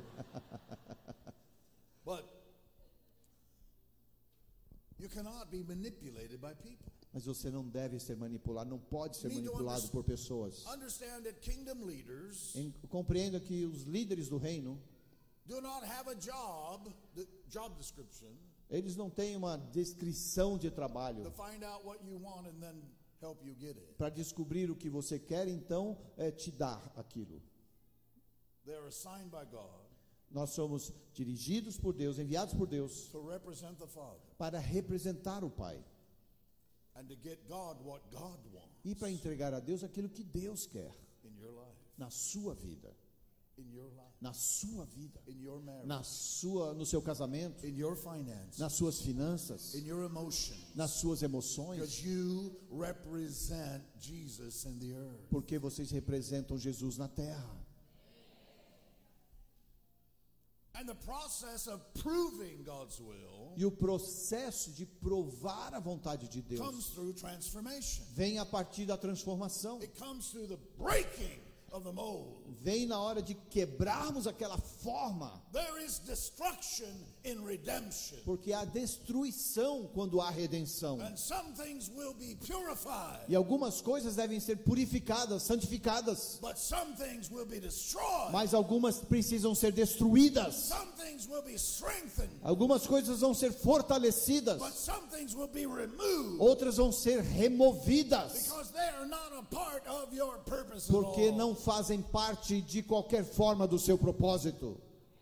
But you cannot be manipulated by people. Mas você não deve ser manipulado, não pode ser You need to manipulado underst- por pessoas. Understand that kingdom leaders Em- Compreenda que os líderes do reino, do not have a job, the job description, eles não têm uma descrição de to trabalho find out what you want and then help you get it. para descobrir o que você quer, então é, te dar aquilo. They are assigned by God Nós somos dirigidos por Deus, enviados por Deus, to represent the Father para representar o Pai and to get God what God wants e para entregar a Deus aquilo que Deus quer in your life, na sua vida, in your life, na sua vida, in your marriage, na sua, no seu casamento, in your finances, nas suas finanças, in your emotions, nas suas emoções, because you represent Jesus in the earth. porque vocês representam Jesus na terra. And the process of proving God's will E o processo de provar a vontade de comes Deus through transformation. vem a partir da transformação. It comes through the breaking of the mold. Vem na hora de quebrarmos aquela forma, There is destruction in redemption. porque há destruição quando há redenção. And some things will be purified, E algumas coisas devem ser purificadas, santificadas, but some things will be destroyed. mas algumas precisam ser destruídas. Some things will be strengthened, Algumas coisas vão ser fortalecidas, but some things will be removed outras vão ser removidas, because they are not a part of your purpose at porque all. não fazem parte de qualquer forma do seu propósito.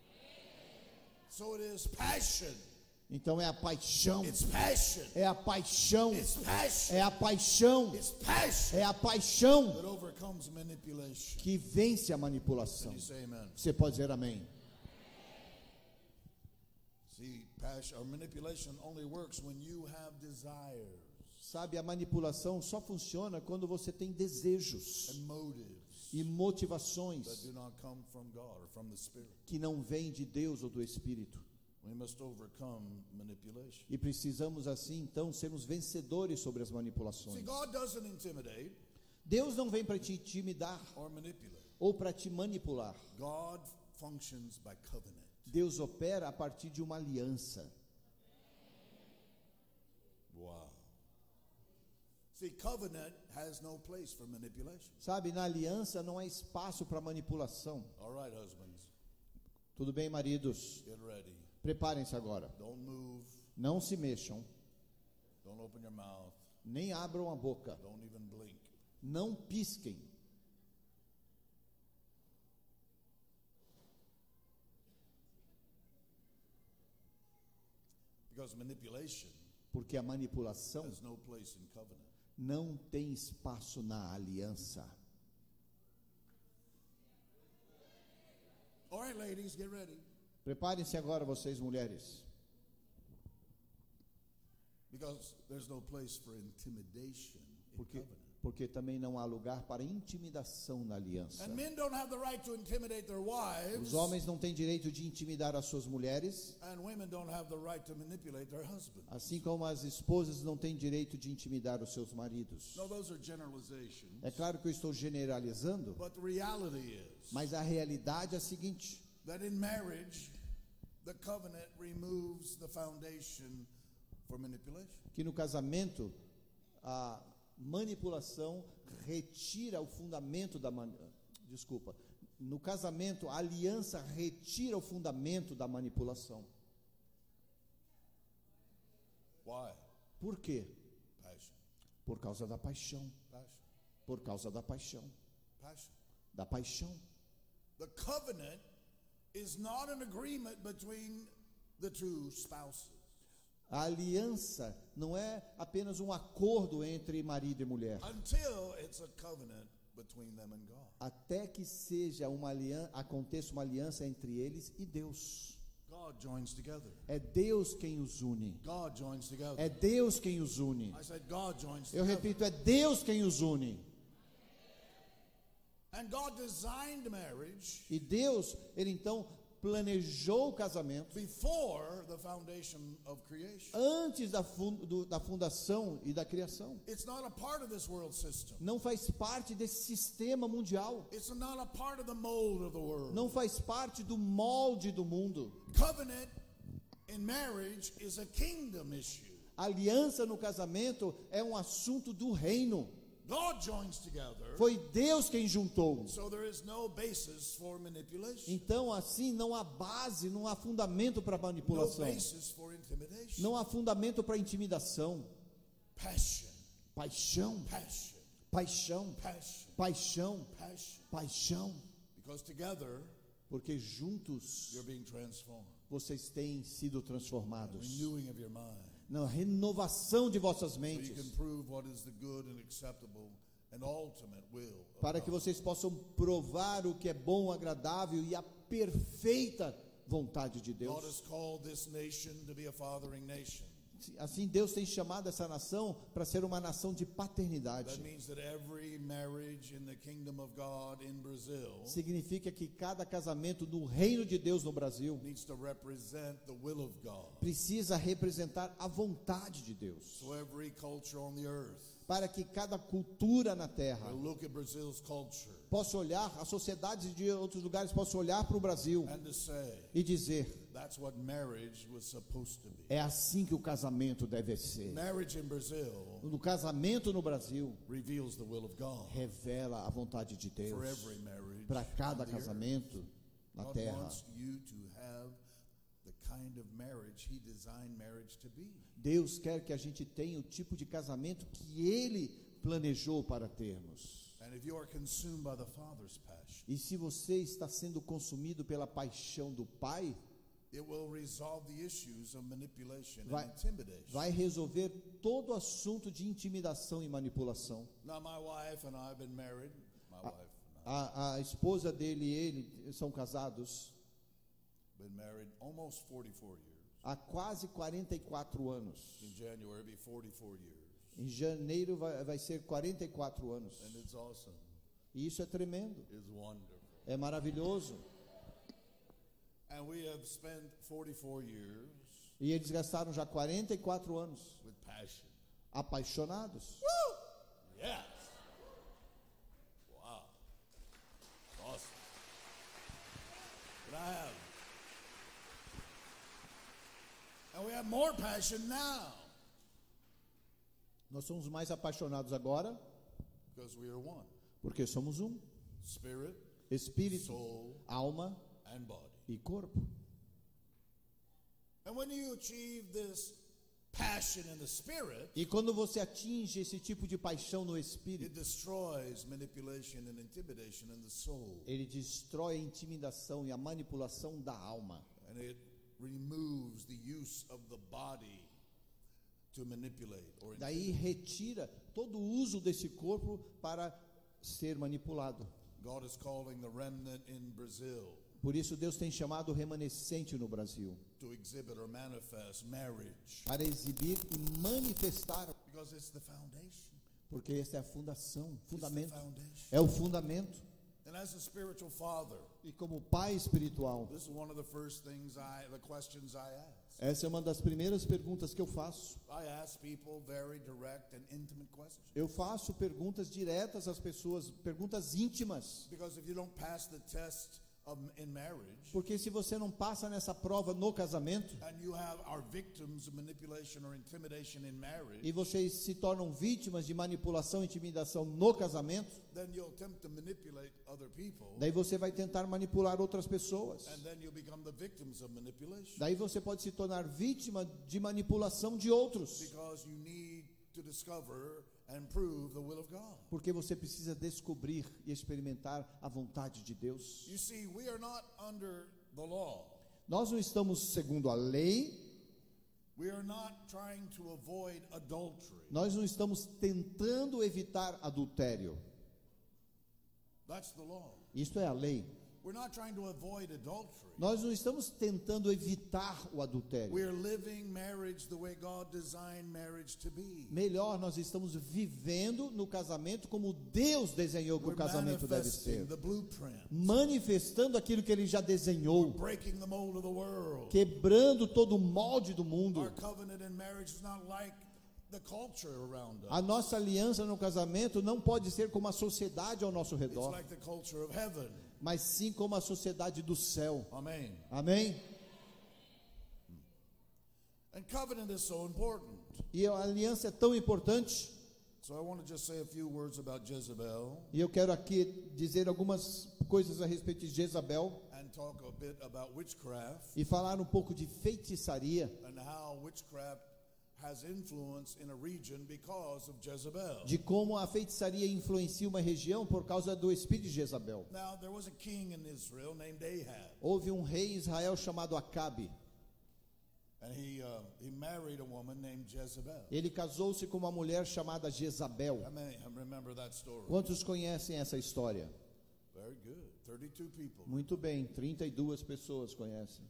So it is passion. Então é a paixão, It's passion. é a paixão, It's passion. é a paixão, It's passion é a paixão that overcomes manipulation. que vence a manipulação. Can you say amen? Você pode dizer amém? See, passion or manipulation only works when you have desires Sabe, a manipulação só funciona quando você tem desejos and motives e that motivações do not come from God or from the Spirit. que não vêm de Deus ou do Espírito. We must overcome manipulation. E precisamos assim, então, sermos vencedores sobre as See, manipulações. God doesn't intimidate Deus não vem para te intimidar or manipulate. ou para te manipular. God functions by covenant. Deus opera a partir de uma aliança. Wow. See, covenant has no place for manipulation. Sabe, na aliança não há espaço para manipulação. All right, husbands, Tudo bem, maridos? get ready. Preparem-se agora. Don't move. Não se mexam, Don't open your mouth. nem abram a boca. Don't even blink. Não pisquem. Because manipulation Porque a manipulação has no place in covenant. não tem espaço na aliança. All right, ladies, get ready. Preparem-se agora, vocês mulheres. Because there's no place for intimidation in Porque, covenant. porque também não há lugar para intimidação na aliança. And men don't have the right to intimidate their wives. Os homens não têm direito de intimidar as suas mulheres, And women don't have the right to manipulate their husbands. assim como as esposas não têm direito de intimidar os seus maridos. No, those are generalizations. É claro que eu estou generalizando, But the reality is mas a realidade é a seguinte: that in marriage, the covenant removes the foundation for manipulation. que no casamento a manipulação retira o fundamento da man... desculpa, no casamento a aliança retira o fundamento da manipulação. Why? Por quê? Passion. Por causa da paixão, Passion. por causa da paixão, Passion. da paixão. The covenant is not an agreement between the two spouses. A aliança não é apenas um acordo entre marido e mulher, Until it's a covenant between them and God. até que seja uma aliança, aconteça uma aliança entre eles e Deus. God joins together. É Deus quem os une. God joins together. É Deus quem os une. I said God joins Eu together. repito, é Deus quem os une. And God designed marriage E Deus, ele então planejou o casamento before the foundation of creation. antes da, fun- do- da fundação e da criação. It's not a part of this world system. Não faz parte desse sistema mundial. It's not a part of the mold of the world. Não faz parte do molde do mundo. Covenant in marriage is a kingdom issue. A A aliança no casamento é um assunto do reino. God joins together. Foi Deus quem juntou. So there is no basis for manipulation. Então, assim, não há base, não há fundamento para No manipulação. basis for intimidation. Não há fundamento para intimidação. Passion. Paixão, Passion. paixão, Passion. paixão, Passion. paixão. Because together Porque juntos you're being transformed. vocês têm sido transformados. Renewing of your mind. Na renovação de vossas So you mentes. can prove what is the good and acceptable and ultimate will of Para que God. vocês possam provar o que é bom, agradável e a perfeita vontade de God Deus. has called this nation to be a fathering nation. Assim, Deus tem chamado essa nação para ser uma nação de paternidade. That means that every marriage in the kingdom of God in Brazil Significa que cada casamento no reino de Deus no Brasil needs to represent the will of God. precisa representar a vontade de Deus. So every culture on the earth Para que cada cultura na terra will look at Brazil's culture possa olhar, as sociedades de outros lugares possam olhar para o Brasil and to say, e dizer: that's what marriage was supposed to be. é assim que o casamento deve ser. Marriage in Brazil No casamento no Brasil reveals the will of God revela a vontade de for Deus every marriage. para cada on the earth. casamento na God terra. wants you to have the kind of marriage He designed marriage to be. Deus quer que a gente tenha o tipo de casamento que Ele planejou para termos. And if you are consumed by the Father's passion, E se você está sendo consumido pela paixão do Pai, it will resolve the issues of manipulation vai, and intimidation. vai resolver todo o assunto de intimidação e manipulação. Now, my wife and I have been married. My wife and I A, a esposa dele e ele são casados have been married almost forty-four years. há quase quarenta e quatro anos. In January, it'll be forty-four years. Em janeiro vai, vai ser quarenta e quatro anos. And it's awesome. E isso é tremendo, It's wonderful. é maravilhoso. And we have spent forty-four years E eles gastaram já quarenta e quatro anos with passion. apaixonados. Yes. Wow. Awesome. But I have. And we have more passion now Nós somos mais apaixonados agora because we are one. porque somos um. Spirit, Espírito, soul, alma and body. e corpo. And when you achieve this passion in the spirit, E quando você atinge esse tipo de paixão no it espírito, destroys manipulation and intimidation in the soul. ele destrói a intimidação e a manipulação da alma. And it removes the use of the body to manipulate or Daí retira todo o uso desse corpo para ser manipulado. God is calling the remnant in Brazil Por isso Deus tem chamado o remanescente no Brasil to exhibit or manifest marriage para exibir e manifestar, because it's the foundation. porque essa é a fundação, It's the fundamento. foundation. É o fundamento. And as a spiritual father, E como pai espiritual, this is one of the first things I, the questions I ask. essa é uma das primeiras perguntas que eu faço. I ask people very direct and intimate questions. Eu faço perguntas diretas às pessoas, perguntas íntimas. Because if you don't pass the test of, in marriage, Porque se você não passa nessa prova no casamento, and you have are victims of manipulation or intimidation in marriage, e vocês se tornam vítimas de manipulação e intimidação no casamento, then you'll attempt to manipulate other people, daí você vai tentar manipular outras pessoas. and then you'll become the victims of manipulation. Daí você pode se tornar vítima de manipulação de outros. Because you need to discover and prove the will of God. Porque você precisa descobrir e experimentar a vontade de Deus. You see, we are not under the law. Nós não estamos segundo a lei, We are not trying to avoid adultery. nós não estamos tentando evitar adultério. That's the law. Isto é a lei. We're not trying to avoid adultery. Nós não estamos tentando evitar o adultério. We are living marriage the way God designed marriage to be. Melhor, nós estamos vivendo no casamento como Deus desenhou que We're o casamento deve manifesting ser. the blueprint, Manifestando aquilo que Ele já desenhou. breaking the mold of the world. Quebrando todo o molde do mundo. Our covenant in marriage is not like the culture around us. A nossa aliança no casamento não pode ser como a sociedade ao nosso It's redor, like the culture of heaven. mas sim como a sociedade do céu. Amen. Amém? And covenant is so important E a aliança é tão importante. So I want to just say a few words about Jezebel E eu quero aqui dizer algumas coisas a respeito de Jezabel and talk a bit about witchcraft e falar um pouco de feitiçaria, and how witchcraft has influence in a region because of Jezebel. de como a feitiçaria influencia uma região por causa do espírito de Jezabel. Now there was a king in Israel named Ahab, Houve um rei em Israel chamado Acabe. and he uh, he married a woman named Jezebel. Ele casou-se com uma mulher chamada Jezabel. How many remember that story? Quantos conhecem essa história? Very good. thirty-two people. Muito bem, trinta e duas pessoas conhecem.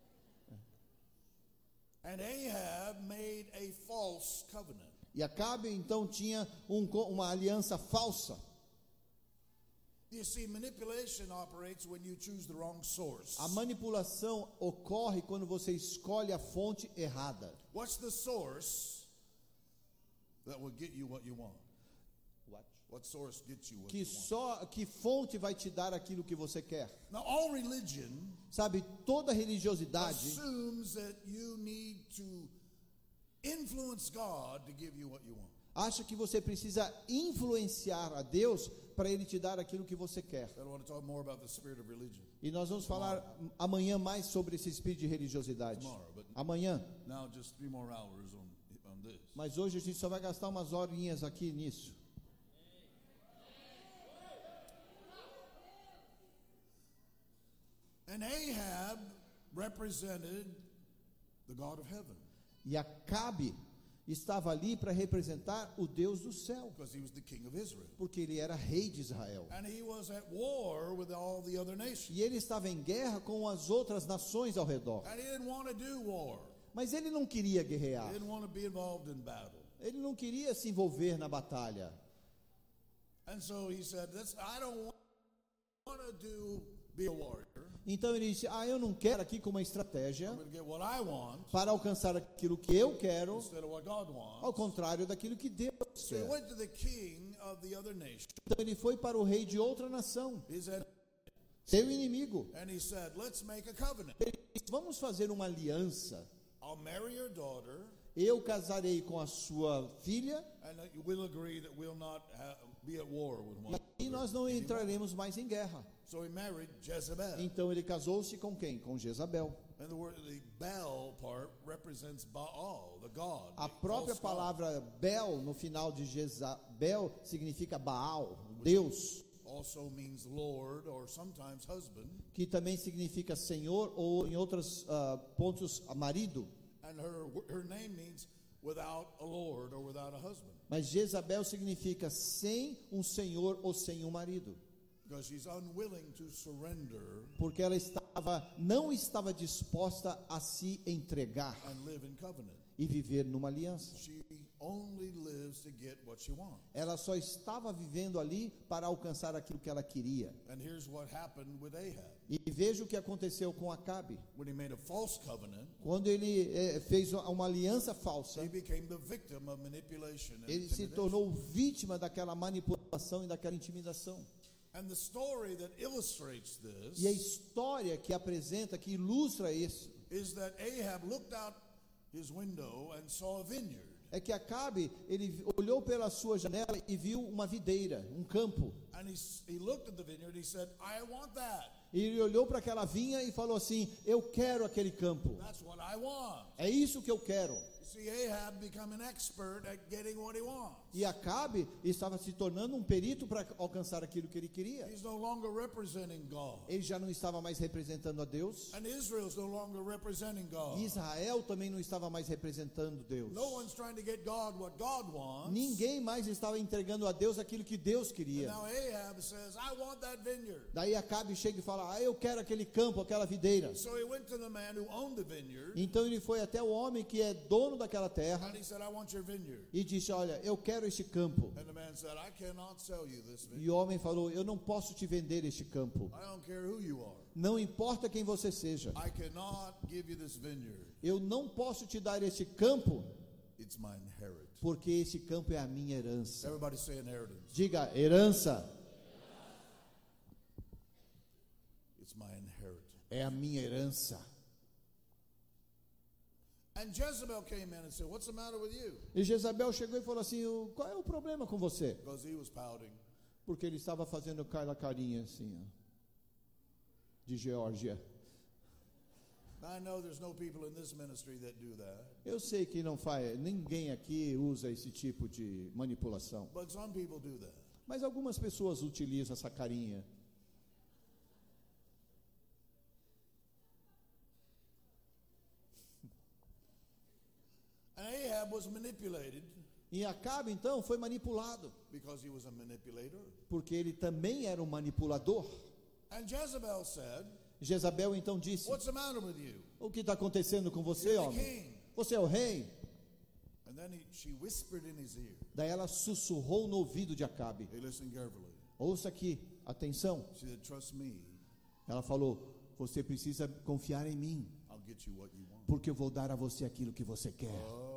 And Ahab made a false covenant. E Acabe então tinha um, co- uma aliança falsa. You see, manipulation operates when you choose the wrong source. A manipulação ocorre quando você escolhe a fonte errada. What's the source that will get you what you want? What source gets you what Que you want? só que fonte vai te dar aquilo que você quer? Now, all religion Sabe, toda religiosidade assumes that you need to influence God to give you what you want. acha que você precisa influenciar a Deus para Ele te dar aquilo que você quer. I want to talk more about the spirit of religion. E nós vamos falar amanhã mais sobre esse espírito de religiosidade. Tomorrow, but Amanhã. now just three more hours on, on this. Mas hoje a gente só vai gastar umas horinhas aqui nisso. And Ahab represented the God of heaven E Acabe estava ali para representar o Deus do céu, because he was the king of Israel. porque ele era rei de Israel. And he was at war with all the other nations. E ele estava em guerra com as outras nações ao redor. And he didn't want to do war. Mas ele não queria He guerrear. didn't want to be involved in battle. Ele não queria se envolver na batalha. And so he said, "This I don't want to do be a warrior. Então ele disse: ah, eu não quero aqui com uma estratégia I'm going to get what I want para alcançar aquilo que eu quero, instead of what God wants." ao contrário daquilo que Deus So he quer. went to the king of the other nation. Então ele foi para o rei de outra nação, He said, seu inimigo. and he said, "Let's make a covenant. Ele disse: vamos fazer uma aliança. I'll marry your daughter, Eu casarei com a sua filha and we'll agree that we'll not ha- be at war with one e another." nós não entraremos mais em guerra. So he married Jezebel. Então ele casou-se com quem? Com Jezabel. And the word, the Bel part represents Baal, the god. A the própria false god. palavra Bel no final de Jezabel significa Baal, Deus, Also means Lord or sometimes husband. que também significa Senhor ou em outros ah, pontos marido. And her her name means without a Lord or without a husband. Mas Jezabel significa sem um senhor ou sem um marido, Because she's unwilling to surrender porque ela estava não estava disposta a se entregar and live in covenant. e viver numa aliança. She only lives to get what she wants. Ela só estava vivendo ali para alcançar aquilo que ela queria. And here's what happened with Ahab. E veja o que aconteceu com Acabe. When he made a false covenant, Quando ele eh, fez uma aliança falsa, he became the victim of manipulation and ele se intimidation. tornou vítima daquela manipulação e daquela intimidação. And the story that illustrates this E a história que apresenta, que ilustra isso, is that Ahab looked out his window and saw a vineyard. é que Acabe, ele olhou pela sua janela e viu uma videira, um campo. And he, s- he looked at the vineyard, he said, "I want that. E ele olhou para aquela vinha e falou assim: eu quero aquele campo. That's what I want." É isso que eu quero. You see, Ahab become an expert at getting what he wants. E Acabe estava se tornando um perito para alcançar aquilo que ele queria. He's no longer representing God. Ele já não estava mais representando a Deus. And Israel's no longer representing God. E Israel também não estava mais representando Deus. No one's trying to get God what God wants. Ninguém mais estava entregando a Deus aquilo que Deus And queria. now Ahab says, "I want that vineyard." Daí Acabe chega e fala: ah, eu quero aquele campo, aquela videira. So he went to the man who owned the vineyard, Então ele foi até o homem que é dono daquela terra and he said, "I want your vineyard." e disse: olha, eu quero este campo. And the man said, "I cannot sell you this vineyard. E o homem falou: eu não posso te vender este campo. I don't care who you are. Não importa quem você seja. I cannot give you this vineyard. Eu não posso te dar este campo, It's my inheritance." porque este campo é a minha herança. Everybody say inheritance. Diga, herança. It's my inheritance. É a minha herança. And And Jezebel came in and said, "What's the matter with you?" E Jezabel chegou e falou assim, "O- qual é o problema com você?" Because he was pouting. Porque ele estava fazendo aquela carinha assim, ó, de Geórgia. I know there's no people in this ministry that do that, Eu sei que não faz, ninguém aqui usa esse tipo de manipulação. but some people do that. Mas algumas pessoas utilizam essa carinha. And Ahab was manipulated E Acabe, então, foi manipulado, because he was a manipulator. porque ele também era um manipulador. And Jezebel said, Jezabel, então, disse, "What's the matter with you? o que está acontecendo com você, You're the homem? king." Você é o rei? And then he, she whispered in his ear. Daí ela sussurrou no ouvido de Acabe. Hey, listen carefully. Ouça aqui, atenção. She said, "Trust me. Ela falou, você precisa confiar em mim, I'll get you what you want." porque eu vou dar a você aquilo que você quer. Oh.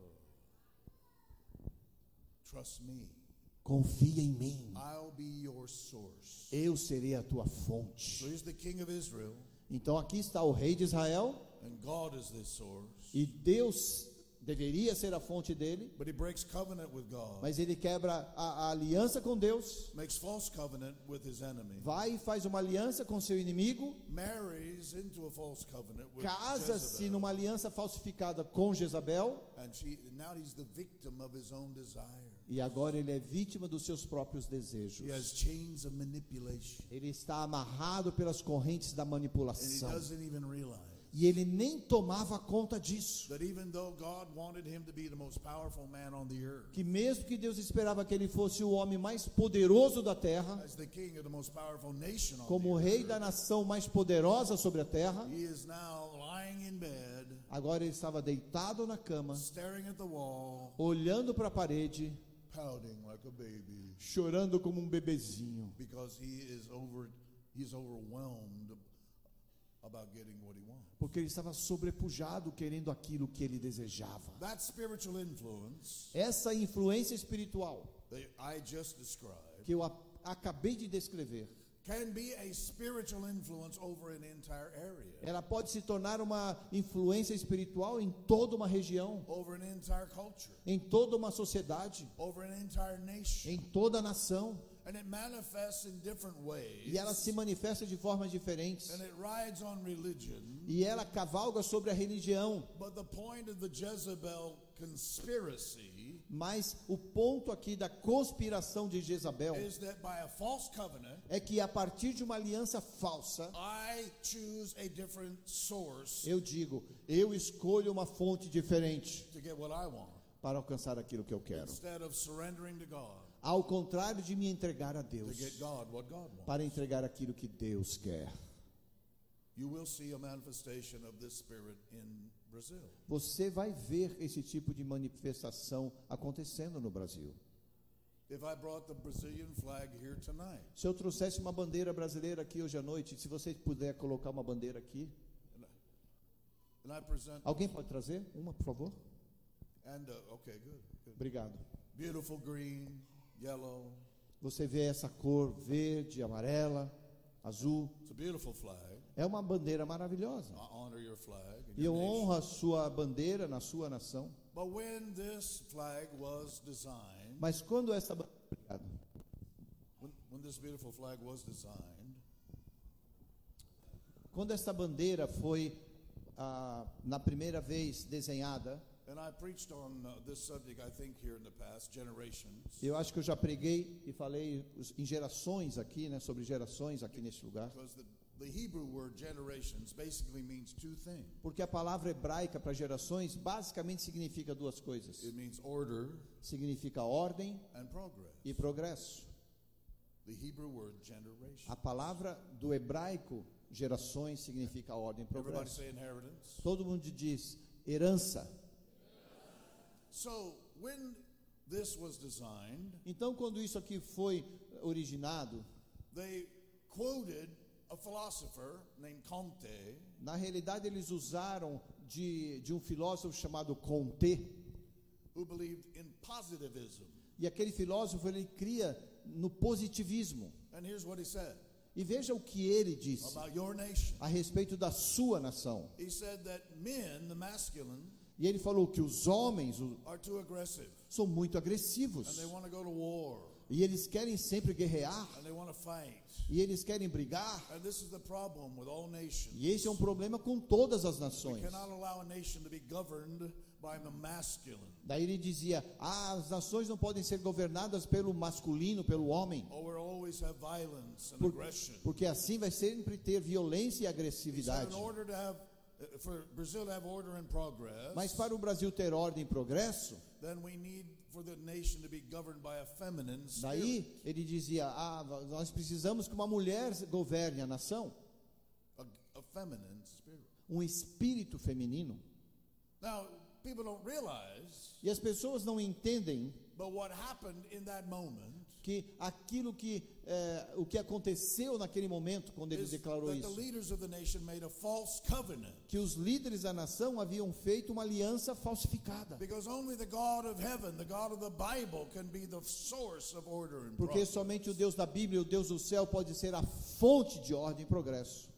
Trust me. Confia em mim. I'll be your source. Eu serei a tua fonte. So he's the king of Israel, Então aqui está o rei de Israel, and God is this source. e Deus deveria ser a fonte dele, But he breaks covenant with God, mas ele quebra a, a aliança com Deus, makes false covenant with his enemy, vai e faz uma aliança com seu inimigo, marries into a false covenant with casa-se Jezebel, numa aliança falsificada com Jezabel, and she now he's the victim of his own desire. e agora ele é vítima dos seus próprios desejos. He has chains of manipulation, Ele está amarrado pelas correntes da and he manipulação. doesn't even realize E ele nem tomava conta disso. that even though God wanted him to be the most powerful man on the earth, Que mesmo que Deus esperava que ele fosse o homem mais poderoso da terra, as the king of the most powerful nation on como o the rei earth, da nação mais poderosa sobre a terra, he is now lying in bed, agora ele estava deitado na cama, staring at the wall, olhando para a parede, pouting like a baby, chorando como um bebezinho, because he is over he's overwhelmed about getting what he wants. porque ele estava sobrepujado querendo aquilo que ele desejava. That spiritual influence Essa influência espiritual that I just described que eu a- acabei de descrever, can be a spiritual influence over an entire area, ela pode se tornar uma influência espiritual em toda uma região, over an entire culture, em toda uma sociedade, over an entire nation. em toda a nação. And it manifests in different ways. E ela se manifesta de formas diferentes. And it rides on religion. E ela cavalga sobre a religião. But the point of the Jezebel conspiracy Mas o ponto aqui da conspiração de Jezabel is that by a false covenant, é que a partir de uma aliança falsa, I choose a different source eu digo, eu escolho uma fonte diferente to get what I want, para alcançar aquilo que eu quero. instead of surrendering to God Ao contrário de me entregar a to Deus, get God what God wants. para entregar aquilo que Deus quer. You will see a manifestation of this spirit in Brazil. Você vai ver esse tipo de manifestação acontecendo no Brasil. If I brought the Brazilian flag here tonight, Se eu trouxesse uma bandeira brasileira aqui hoje à noite, se você puder colocar uma bandeira aqui. and I present, Alguém pode trazer uma, por favor? and uh, okay, good, good. Obrigado. Beautiful green, yellow. Você vê essa cor verde, amarela, azul. It's a beautiful flag. É uma bandeira maravilhosa. I honor your flag. and E eu your nation. honro a sua bandeira na sua nação. But when this flag was designed, Mas quando essa ba- Obrigado. when, when this beautiful flag was designed, Quando essa bandeira foi ah, na primeira vez desenhada, and I preached on uh, this subject, I think, here in the past, generations, eu acho que eu já preguei e falei os- em gerações aqui, né, sobre gerações aqui nesse lugar. because the, the Hebrew word generations basically means two things. Porque a palavra hebraica para gerações basicamente significa duas coisas. It means order Significa ordem and progress. e progresso. The Hebrew word generation. A palavra do hebraico, gerações, significa ordem e Everybody progresso. say inheritance. Todo mundo diz herança. So when this was designed, Então, quando isso aqui foi originado, they quoted a philosopher named Comte, na realidade eles usaram de, de um filósofo chamado Comte. who believed in positivism. E aquele filósofo, ele cria no positivismo. And here's what he said E veja o que ele disse about your nation. a respeito da sua nação. He said that men, the masculine, E ele falou que os homens o- are too aggressive, são muito and agressivos. they want to go to war, E eles querem sempre guerrear. and they want to fight. E eles querem brigar. And this is the problem with all nations. E esse é um problema com todas as We nações. cannot allow a nation to be governed by the masculine, Daí ele dizia, ah, as nações não podem ser governadas pelo masculino, pelo homem. or we'll always have violence and Por- aggression. porque assim vai sempre ter violência e He said agressividade. in order to have, uh, for Brazil to have order and progress, Mas para o Brasil ter ordem e progresso, then we need for the nation to be governed by a feminine spirit. daí ele dizia, ah, nós precisamos que uma mulher governe a nação. A, a feminine spirit. Um espírito feminino. Now, people don't realize, E as pessoas não entendem but what happened in that moment que aquilo que, eh, o que aconteceu naquele momento, quando ele is declarou that the isso, leaders of the nation made a false covenant. que os líderes da nação haviam feito uma aliança falsificada. Because only the God of heaven, the God of the Bible, can be the source of order and Porque progress. somente o Deus da Bíblia, o Deus do céu, pode ser a fonte de ordem e progresso.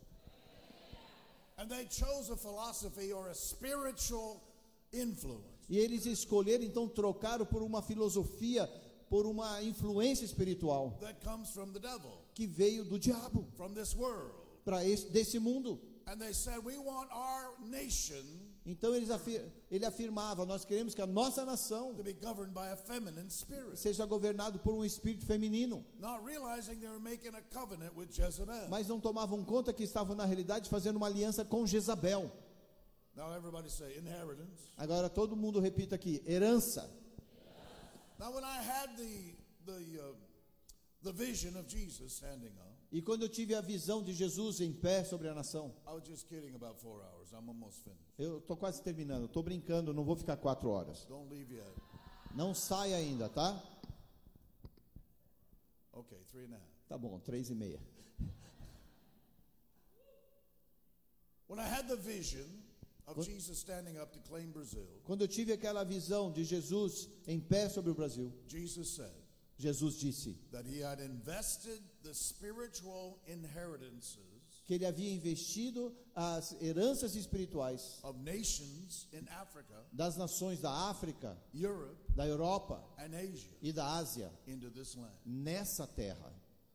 And they chose a philosophy or a spiritual influence E eles escolheram, então, trocaram por uma filosofia, por uma influência espiritual that comes from the devil, que veio do diabo from this world. para desse mundo. And they said, we want our nation Então eles afir, ele afirmava, nós queremos que a nossa nação to be governed by a feminine spirit, seja governado por um espírito feminino, not realizing they were making a covenant with Jezebel. mas não tomavam conta que estavam na realidade fazendo uma aliança com Jezabel. Now everybody say inheritance. Agora todo mundo repita aqui, herança. Now when I had the the uh, the vision of Jesus standing up, E quando eu tive a visão de Jesus em pé sobre a nação, I was just kidding about four hours. I'm almost finished. eu estou quase terminando, estou brincando, não vou ficar quatro horas. Don't leave yet. Não sai ainda, tá? Okay, three and a half. Tá bom, três e meia. When I had the vision of Jesus standing up to claim Brazil, Quando eu tive aquela visão de Jesus em pé sobre o Brasil, Jesus said Jesus disse that he had invested the spiritual inheritances que ele havia investido as heranças espirituais of nations in Africa, das nações da África, Europe, da Europa and Asia e da Ásia into this land. nessa terra.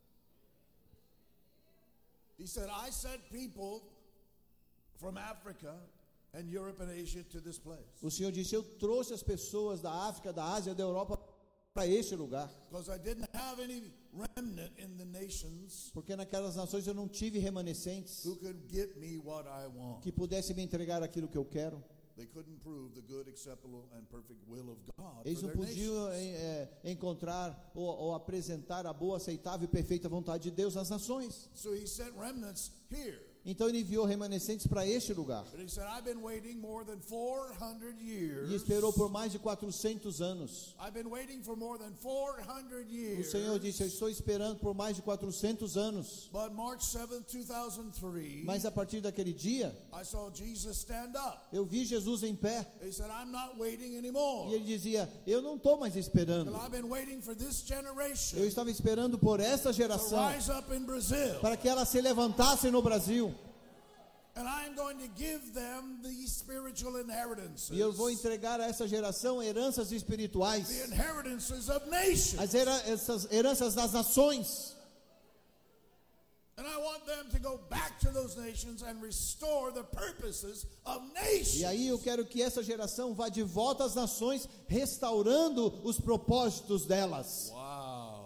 He said, I sent people from Africa and Europe and Asia to this place O Senhor disse, eu trouxe as pessoas da África, da Ásia, da Europa para este lugar, because I didn't have any remnant in the nations porque naquelas nações eu não tive remanescentes who could get me what I want. que pudessem me entregar aquilo que eu quero. They couldn't prove the good, acceptable, and perfect will of God Eles for não their podiam nations. é, é, encontrar ou, ou apresentar a boa, aceitável e perfeita vontade de Deus nas nações. So he sent remnants here. Então ele enviou remanescentes para este lugar But he said, I've been waiting more than four hundred years. e esperou por mais de quatrocentos anos. I've been waiting for more than four hundred O years. Senhor disse, eu estou esperando por mais de quatrocentos anos. But March seventh, two thousand three, Mas a partir daquele dia, I saw Jesus stand up. eu vi Jesus em pé. He said, I'm not waiting anymore. E ele dizia, eu não estou mais esperando. But I've been waiting for this generation Eu estava esperando por essa to geração rise up in Brazil. para que ela se levantasse no Brasil. And I'm going to give them these spiritual inheritances. E eu vou entregar a essa geração heranças The espirituais. inheritances of nations. As hera- essas heranças das nações. And I want them to go back to those nations and restore the purposes of nations. E aí eu quero que essa geração vá de volta às nações, restaurando os propósitos delas. Wow.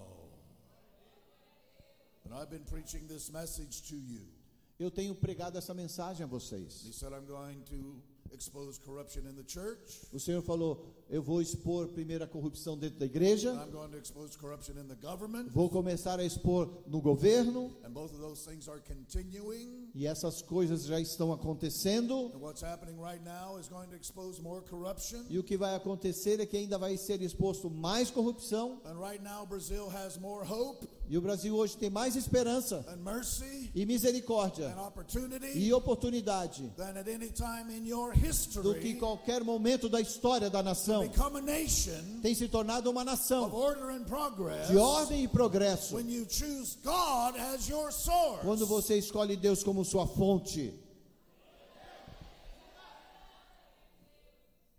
And I've been preaching this message to you. Eu tenho pregado essa mensagem a vocês. He said, I'm going to expose corruption in the church. O Senhor falou, eu vou expor primeiro a corrupção dentro da And igreja, I'm going to expose corruption in the government. vou começar a expor no governo, And both of those things are continuing. e essas coisas já estão acontecendo. And what's happening right now is going to expose more corruption. E o que vai acontecer é que ainda vai ser exposto mais corrupção. And right now Brazil has more hope E o Brasil hoje tem mais esperança and mercy e misericórdia and opportunity e oportunidade than at any time in your do que history qualquer momento da história da to nação. become a nation Tem se tornado uma of nação order and progress de ordem e progresso. when you choose God as your source. Quando você escolhe Deus como sua fonte.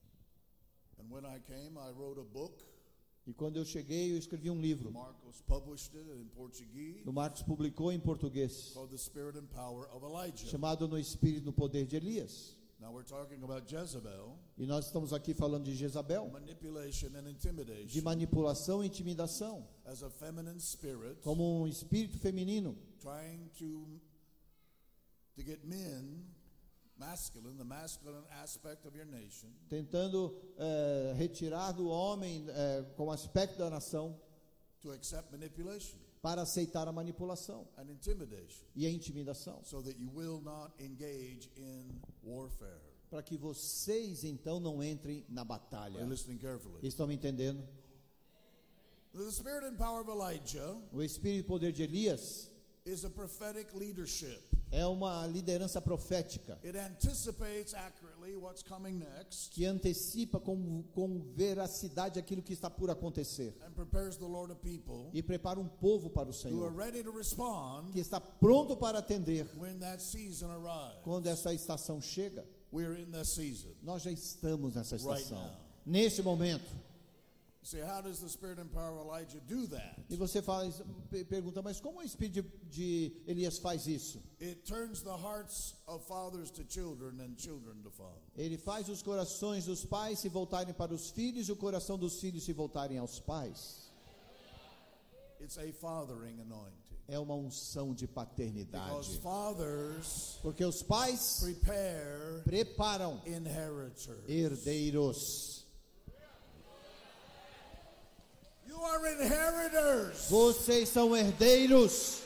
I came, I wrote a book. E quando eu cheguei, eu escrevi um livro. Marcos published it in Portuguese. O Marcos publicou em português, Called The Spirit and Power of Elijah. chamado No Espírito e no Poder de Elias. Now we're talking about Jezebel, E nós estamos aqui falando de Jezabel, manipulation and de intimidation, manipulação e intimidação, as a feminine spirit como um espírito feminino, trying to to get men, masculine, the masculine aspect of your nation, tentando eh, retirar do homem eh, com o aspecto da nação to accept manipulation para aceitar a manipulação and intimidation, e a intimidação, so that you will not engage in warfare. para que vocês então não entrem na batalha. Are you listening carefully? Estão me entendendo? The Spirit and Power of Elijah O Espírito e Poder de Elias is a prophetic leadership. é uma liderança profética It anticipates accurately what's coming next que antecipa com, com veracidade aquilo que está por acontecer and prepares the Lord a people e prepara um povo para o who are Senhor, ready to respond que está pronto para atender when that season arrives. quando essa estação chega. We're in that season. Nós já estamos nessa Right estação, now. nesse momento. You say, how does the Spirit and Power of Elijah do that? E você fala, pergunta, mas como o Espírito de, de Elias faz isso? It turns the hearts of fathers to children and children to fathers. Ele faz os corações dos pais se voltarem para os filhos e o coração dos filhos se voltarem aos pais. It's a fathering anointing. É uma unção de Because paternidade. fathers Porque os pais prepare preparam inheritors. herdeiros. You are inheritors. Vocês são herdeiros.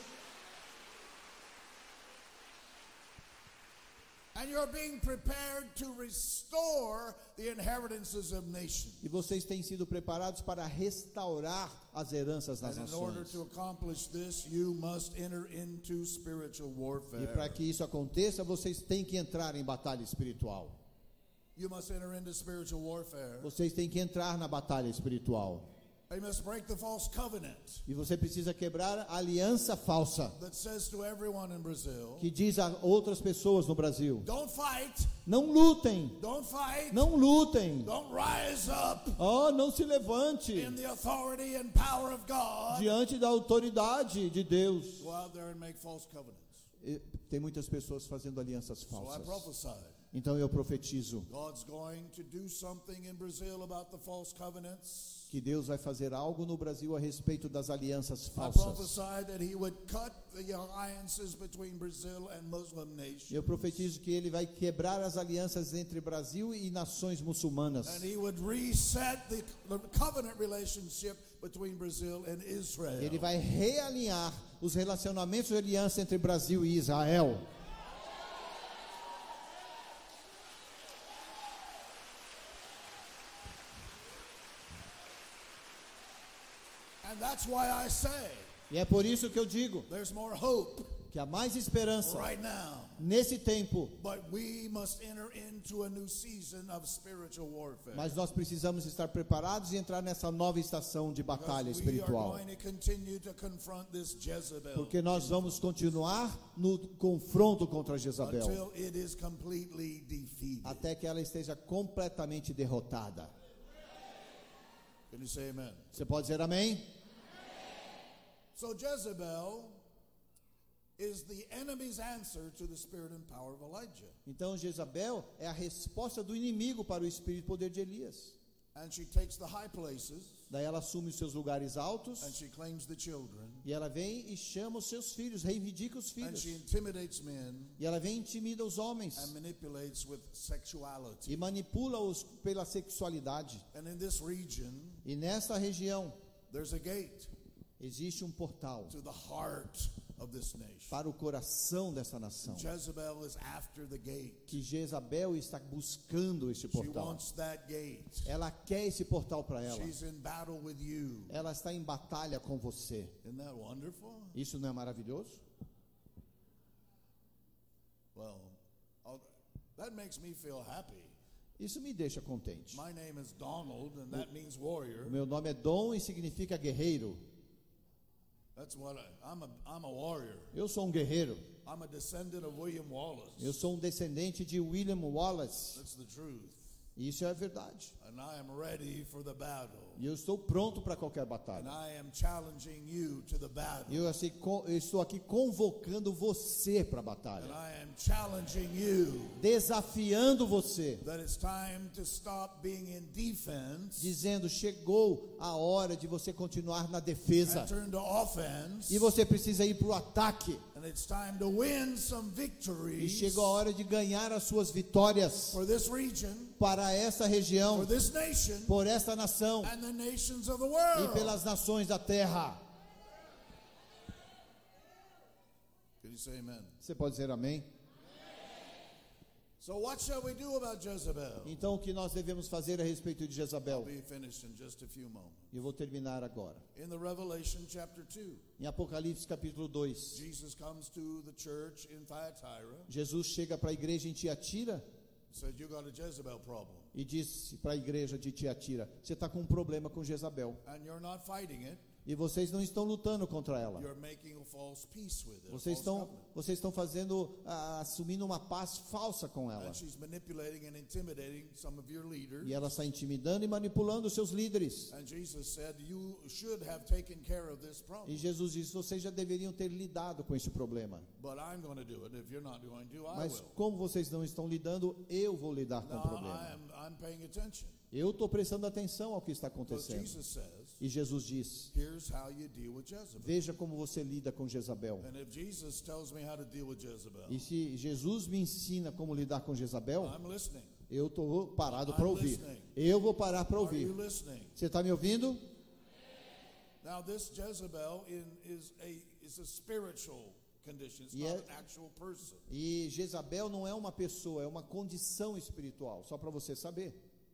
And you're being prepared to restore the inheritances of nations. E vocês têm sido preparados para restaurar as heranças das And in order nações. to accomplish this, you must enter into spiritual warfare. E para que isso aconteça, vocês têm que entrar em batalha espiritual. You must enter into spiritual warfare. Vocês têm que entrar na batalha espiritual. You must break the false covenant E você precisa quebrar a aliança falsa that says to everyone in Brazil, que diz a outras pessoas no Brasil: don't fight, não lutem, don't fight, não lutem, don't rise up oh, não se levante in the authority and power of God. diante da autoridade de Deus. Go out there and make false covenants. E tem muitas pessoas fazendo alianças So I falsas. prophesied. Então eu profetizo God's going to do something in Brazil about the false covenants. que Deus vai fazer algo no Brasil a respeito das alianças I falsas. prophesied that he would cut the alliances between Brazil and Muslim nations. Eu profetizo que ele vai quebrar as alianças entre Brasil e nações muçulmanas. And he would reset the, the covenant relationship between Brazil and Israel. Ele vai realinhar os relacionamentos de aliança entre Brasil e Israel. And that's why I say E é por isso que eu digo there's more hope que há mais esperança right now. nesse tempo, But we must enter into a new season of spiritual warfare. mas nós precisamos estar preparados e entrar nessa nova estação de batalha Because we are espiritual. going to continue to confront this Jezebel Porque nós vamos continuar no confronto contra Jezabel until it is completely defeated. até que ela esteja completamente derrotada. Can you say amen? Você pode dizer amém? So Jezebel is the enemy's answer to the spirit and power of Elijah. Então Jezabel é a resposta do inimigo para o espírito e poder de Elias. And she takes the high places Daí ela assume os seus lugares and altos she claims the children e ela vem e chama os seus filhos, reivindica os and filhos. she intimidates men E ela vem e intimida os homens and manipulates with sexuality. e manipula-os pela sexualidade. And in this region E nessa região there's a gate existe um portal to the heart of this nation. para o coração dessa nação, Jezebel is after the gate. que Jezabel está buscando este She portal. wants that gate. Ela quer esse portal para ela. She's in battle with you. Ela está em batalha com você. Isn't that wonderful? Isso não é maravilhoso? Well, I'll, that makes me feel happy. Isso me deixa contente. My name is Donald, and that means warrior. O meu nome é Dom e significa guerreiro. That's what I, I'm a. I'm a warrior. Eu sou um guerreiro. I'm a descendant of William Wallace. Eu sou um descendente de William Wallace. That's the truth. Isso é a verdade. And I am ready for the battle. E eu estou pronto para qualquer And batalha. I am challenging you to the battle. Eu, assim, co- eu estou aqui convocando você para a And batalha. I am challenging you Desafiando você. that it's time to stop being in defense Dizendo, chegou a hora de você continuar na defesa. and turn to offense. E você precisa ir para o ataque. And it's time to win some E victories chegou a hora de ganhar as suas vitórias for this region, para essa for região, this nation, por esta nação and the nations of the e world. pelas nações da terra. Can you say amen? Você pode dizer amém? So what shall we do about Jezebel? Então, o que nós devemos fazer a respeito de I'll Jezabel? be finished in just a few moments. E eu vou terminar agora. In the Revelation chapter two, Em Apocalipse capítulo dois, Jesus comes to the church in Thyatira. Jesus chega para a igreja em Tiatira Said, you got a Jezebel problem, e disse para a igreja de Tiatira: você está com um problema com Jezabel and you're not fighting it. e vocês não estão lutando contra ela. You're making a false peace with it. a Vocês false estão, covenant. vocês estão fazendo, ah, assumindo uma paz falsa com ela. And she's manipulating and intimidating some of your leaders. E ela está intimidando e manipulando os seus líderes. And Jesus said, you should have taken care of this E problem. Jesus disse: vocês já deveriam ter lidado com esse problema. But I'm going to do it. If you're not going to, I Mas will. como vocês não estão lidando, eu vou lidar com o Now, I problema. am, I'm paying attention. Eu estou prestando atenção ao que está Because acontecendo. Jesus says, E Jesus diz: here's how you deal with Jezebel. veja como você lida com Jezabel. And if Jesus tells me how to deal with Jezebel, E se Jesus me ensina como lidar com Jezabel, I'm listening. eu estou parado I'm para ouvir. listening. Eu vou parar para Are ouvir. you listening? Você está me ouvindo? Now, this Jezebel in, is a is a spiritual condition. It's Yeah. not an actual person. E Jezabel não é uma pessoa, é uma condição espiritual, só para você saber.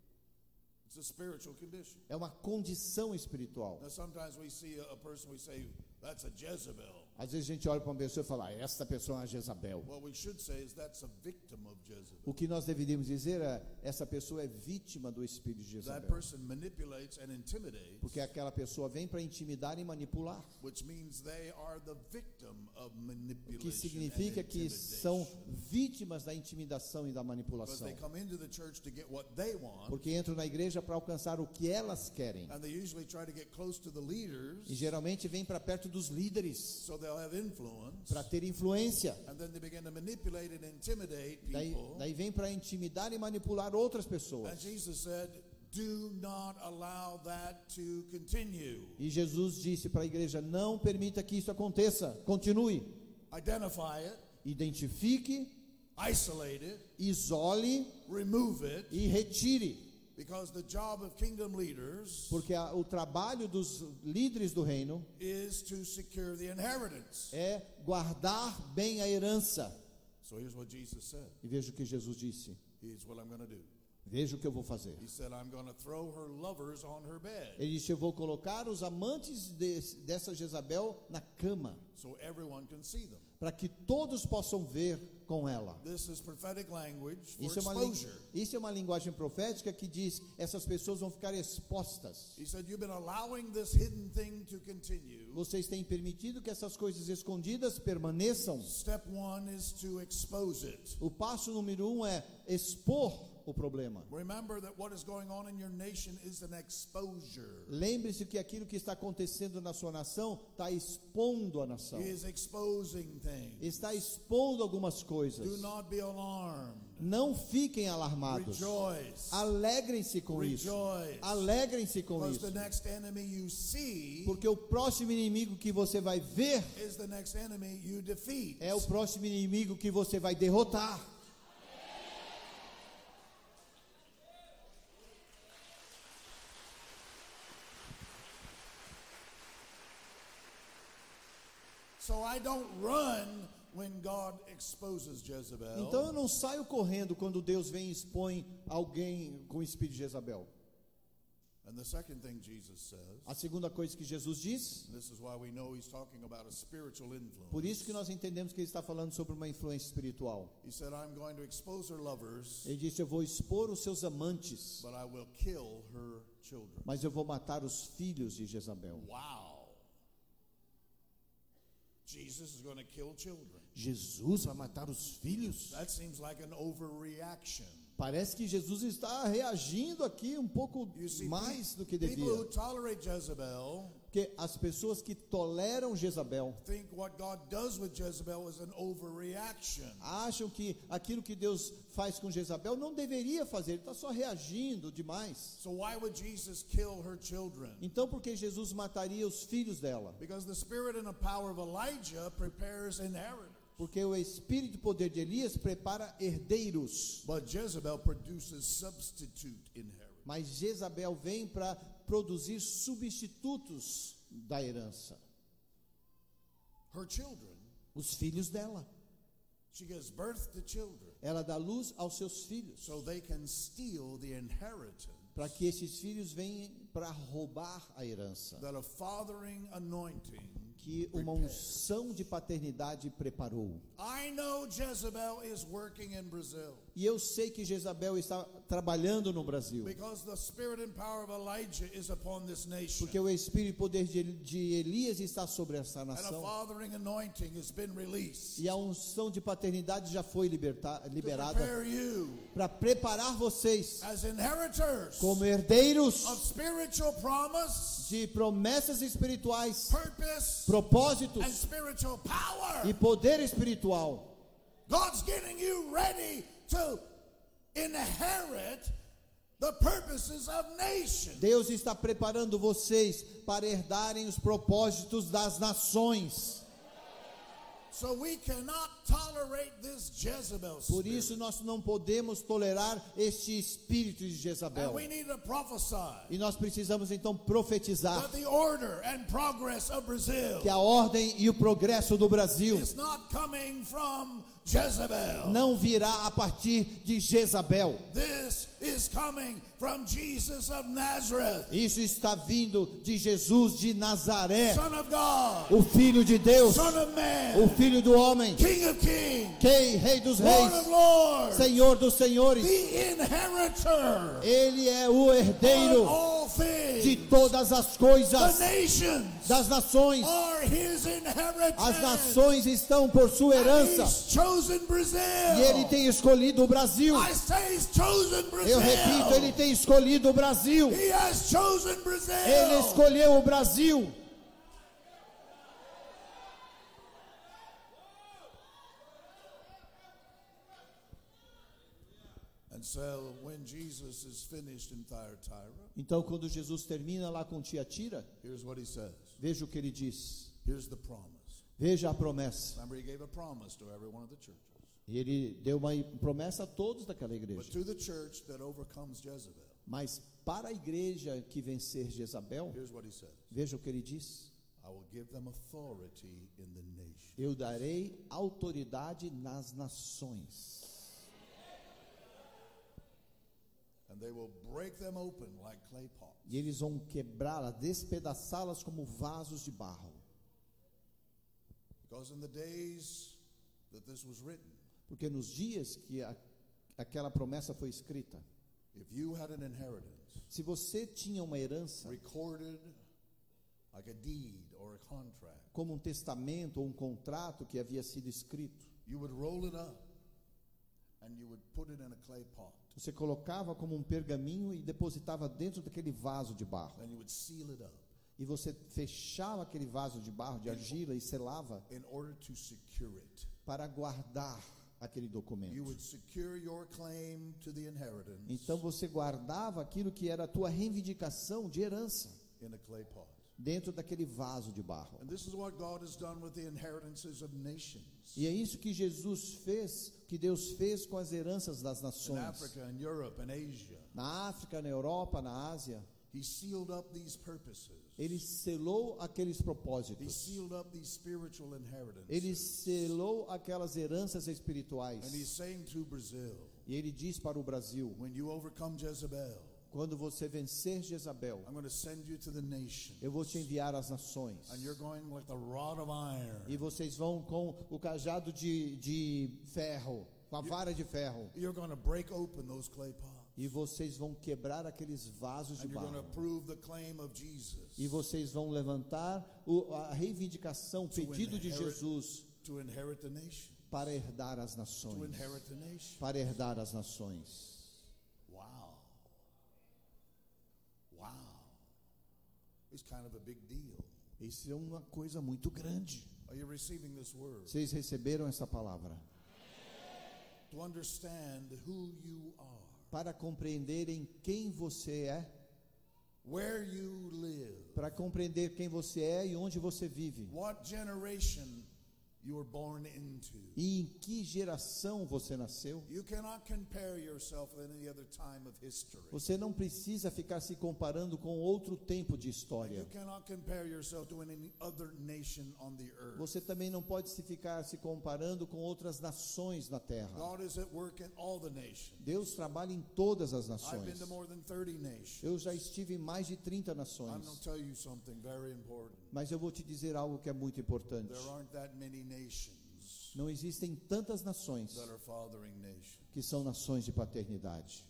It's a spiritual condition. É uma condição espiritual. Now, sometimes we see a, a person, we say, that's a Jezebel. Às vezes a gente olha para uma pessoa e fala: esta pessoa é uma Jezabel. What we should say is that's a victim of Jezebel. O que nós deveríamos dizer é: essa pessoa é vítima do espírito de That Jezabel. person manipulates and intimidates, Porque aquela pessoa vem para intimidar e manipular. which means they are the victim of O manipulation que significa and que são vítimas da intimidação e da Because manipulação. they come into the church to get what they want, Porque entram na igreja para alcançar o que elas querem. and they usually try to get close to the leaders, E geralmente vem para perto dos líderes so they'll have influence, para ter influência. and then they begin to manipulate and intimidate Daí, people. daí vem para intimidar e manipular outras And pessoas. Jesus said, do not allow that to continue. E Jesus disse para a igreja: não permita que isso aconteça. Continue. Identify it, Identifique, isolate it, isole remove it, e retire. because the job of kingdom leaders Porque a, o trabalho dos líderes do reino is to secure the inheritance. é guardar bem a herança. So here's what Jesus said. E veja o que Jesus disse. Here's what I'm going to do. Veja o que eu vou fazer. He said, I'm going to throw her lovers on her bed, Ele disse: eu vou colocar os amantes desse, dessa Jezabel na cama, so everyone can see them. para que todos possam ver com ela. This is prophetic language for Isso é, uma, lin- exposure. isso é uma linguagem profética que diz: essas pessoas vão ficar expostas. He said, you've been allowing this hidden thing to continue. Vocês têm permitido que essas coisas escondidas permaneçam. Step one is to expose it. O passo número um é expor o problema. Remember that what is going on in your nation is an exposure. Lembre-se que aquilo que está acontecendo na sua nação está expondo a nação. He is exposing things. Está expondo algumas Do coisas. not be alarmed. Não fiquem alarmados. Rejoice. Alegrem-se com isso. Rejoice. Alegrem-se com Because isso. the next enemy you see Porque o próximo inimigo que você vai ver is the next enemy you defeat. é o próximo inimigo que você vai derrotar. So I don't run when God exposes Jezebel. Então eu não saio correndo quando Deus vem e expõe alguém com o espírito de Jezabel. And the second thing Jesus says, A segunda coisa que Jesus diz, this is why we know he's talking about a spiritual influence. por isso que nós entendemos que ele está falando sobre uma influência espiritual. He said, I'm going to expose her lovers, Ele disse: eu vou expor os seus amantes, but I will kill her children. mas eu vou matar os filhos de Jezabel. Wow. Jesus is going to kill children. Jesus vai matar os filhos? That seems like an overreaction. Parece que Jesus está reagindo aqui um pouco You see, mais do pe- que people who devia. tolerate Jezebel Porque as pessoas que toleram Jezabel think what God does with Jezebel is an overreaction. acham que aquilo que Deus faz com Jezabel não deveria fazer, ele está só reagindo demais. So why would Jesus kill her children? Então por que Jesus mataria os filhos dela? Because the spirit and the power of Elijah prepares inheritors. Porque o espírito e poder de Elias prepara herdeiros. But Jezebel produces substitute inheritors. Mas Jezabel vem para produzir substitutos da herança. Her children, Os filhos dela. she gives birth to children Ela dá luz aos seus filhos. so they can steal the inheritance Para que esses filhos venham para roubar a herança. that a fathering anointing Que uma prepares. unção de paternidade preparou. I know Jezebel is working in Brazil E eu sei que Jezabel está trabalhando no Brasil. because the spirit and power of Elijah is upon this nation. Porque o espírito e poder de, de Elias está sobre essa And a nação. fathering anointing has been released E a unção de paternidade já foi liberta, to liberada prepare you para preparar vocês as inheritors como herdeiros of spiritual promise, de promessas espirituais, purpose, propósitos and spiritual power. e poder espiritual. God's getting you ready to inherit the purposes of nations. Deus está preparando vocês para herdarem os propósitos das nações. So we cannot tolerate this Jezebel Por spirit. isso nós não podemos tolerar este espírito de Jezabel. And we need to prophesy E nós precisamos então profetizar that the order and progress of Brazil que a ordem e o progresso do Brasil is not coming from Jezebel. não virá a partir de Jezabel. This is coming from Jesus of Nazareth, Isso está vindo de Jesus de Nazaré, Son of God, o Filho de Deus, Son of Man, o Filho do homem, King of Kings, Quem, Rei dos Lord reis, of Lords, Senhor dos senhores. the inheritor Ele é o of herdeiro all de things. todas as The coisas nations das nações. are his inheritance. As nações estão por sua And herança. he's chosen Brazil. E ele tem escolhido o Brasil. I say he's chosen Brazil. Eu repito, ele tem escolhido o Brasil. He has chosen Brazil. Ele escolheu o Brasil. And so when Jesus is finished in Thyatira, Então, quando Jesus termina lá com Tiatira, here's what he says. veja o que ele diz. Here's the promise. Veja a promessa. Remember, he gave a promise to every one of the churches. E ele deu uma promessa a todos daquela But igreja. to the church that overcomes Jezebel, Mas para a igreja que vencer Jezabel, here's what he says. veja o que ele diz. I will give them authority in the nation. Eu darei autoridade nas nações. And they will break them open like clay pots. E eles vão quebrá-las, despedaçá-las como vasos de barro. Because in the days that this was written, Porque nos dias que a, aquela promessa foi escrita, if you had an inheritance se você tinha uma herança, recorded like a deed or a contract, como um testamento ou um contrato que havia sido escrito, you would roll it up and you would put it in a clay pot. você colocava como um pergaminho e depositava dentro daquele vaso de barro. And you would seal it up E você fechava aquele vaso de barro, de argila, e selava in order to secure it. para guardar aquele You documento. would secure your claim to the inheritance Então você guardava aquilo que era a tua reivindicação de herança in a clay pot. dentro daquele vaso de barro. And this is what God has done with the inheritances of nations. E é isso que Jesus fez, que Deus fez com as heranças das In nações. Africa and Europe and Asia, Na África, na Europa, na Ásia, He sealed up these purposes. Ele selou aqueles He propósitos. sealed up these spiritual inheritances. Ele selou aquelas heranças And He's espirituais. saying to Brazil, E Ele diz para o Brasil: when you overcome Jezebel, quando você vencer Jezabel, I'm going to send you to the nation. eu vou te enviar às nações. And you're going like the rod of iron. E vocês vão com o cajado de, de ferro, com a vara de ferro. You're going to break open those clay pots. E vocês vão quebrar aqueles vasos de And you're going to barro. prove the claim of Jesus E vocês vão levantar o, a reivindicação, o pedido de inherit- Jesus to inherit the nation. para herdar as To nações. inherit the nation. Para herdar as nações. is kind of a big deal. Isso é uma coisa muito grande. Are you receiving this word? Vocês receberam essa palavra? To understand who you are, Para compreenderem quem você é, where you live, para compreender quem você é e onde você vive, what generation you were born into. e em que geração você nasceu. You cannot compare yourself with any other time of history. Você não precisa ficar se comparando com outro tempo de You história. cannot compare yourself to any other nation on the earth. Você também não pode se ficar se comparando com outras nações na terra. God is at work in all the nations. Deus trabalha em todas as I've been nações. to more than thirty nations. Eu já estive em mais de trinta I'm going nações. to tell you something very important. Mas eu vou te dizer algo que é muito importante. There aren't that many nations Não existem tantas nações that are fathering nations. que são nações de paternidade.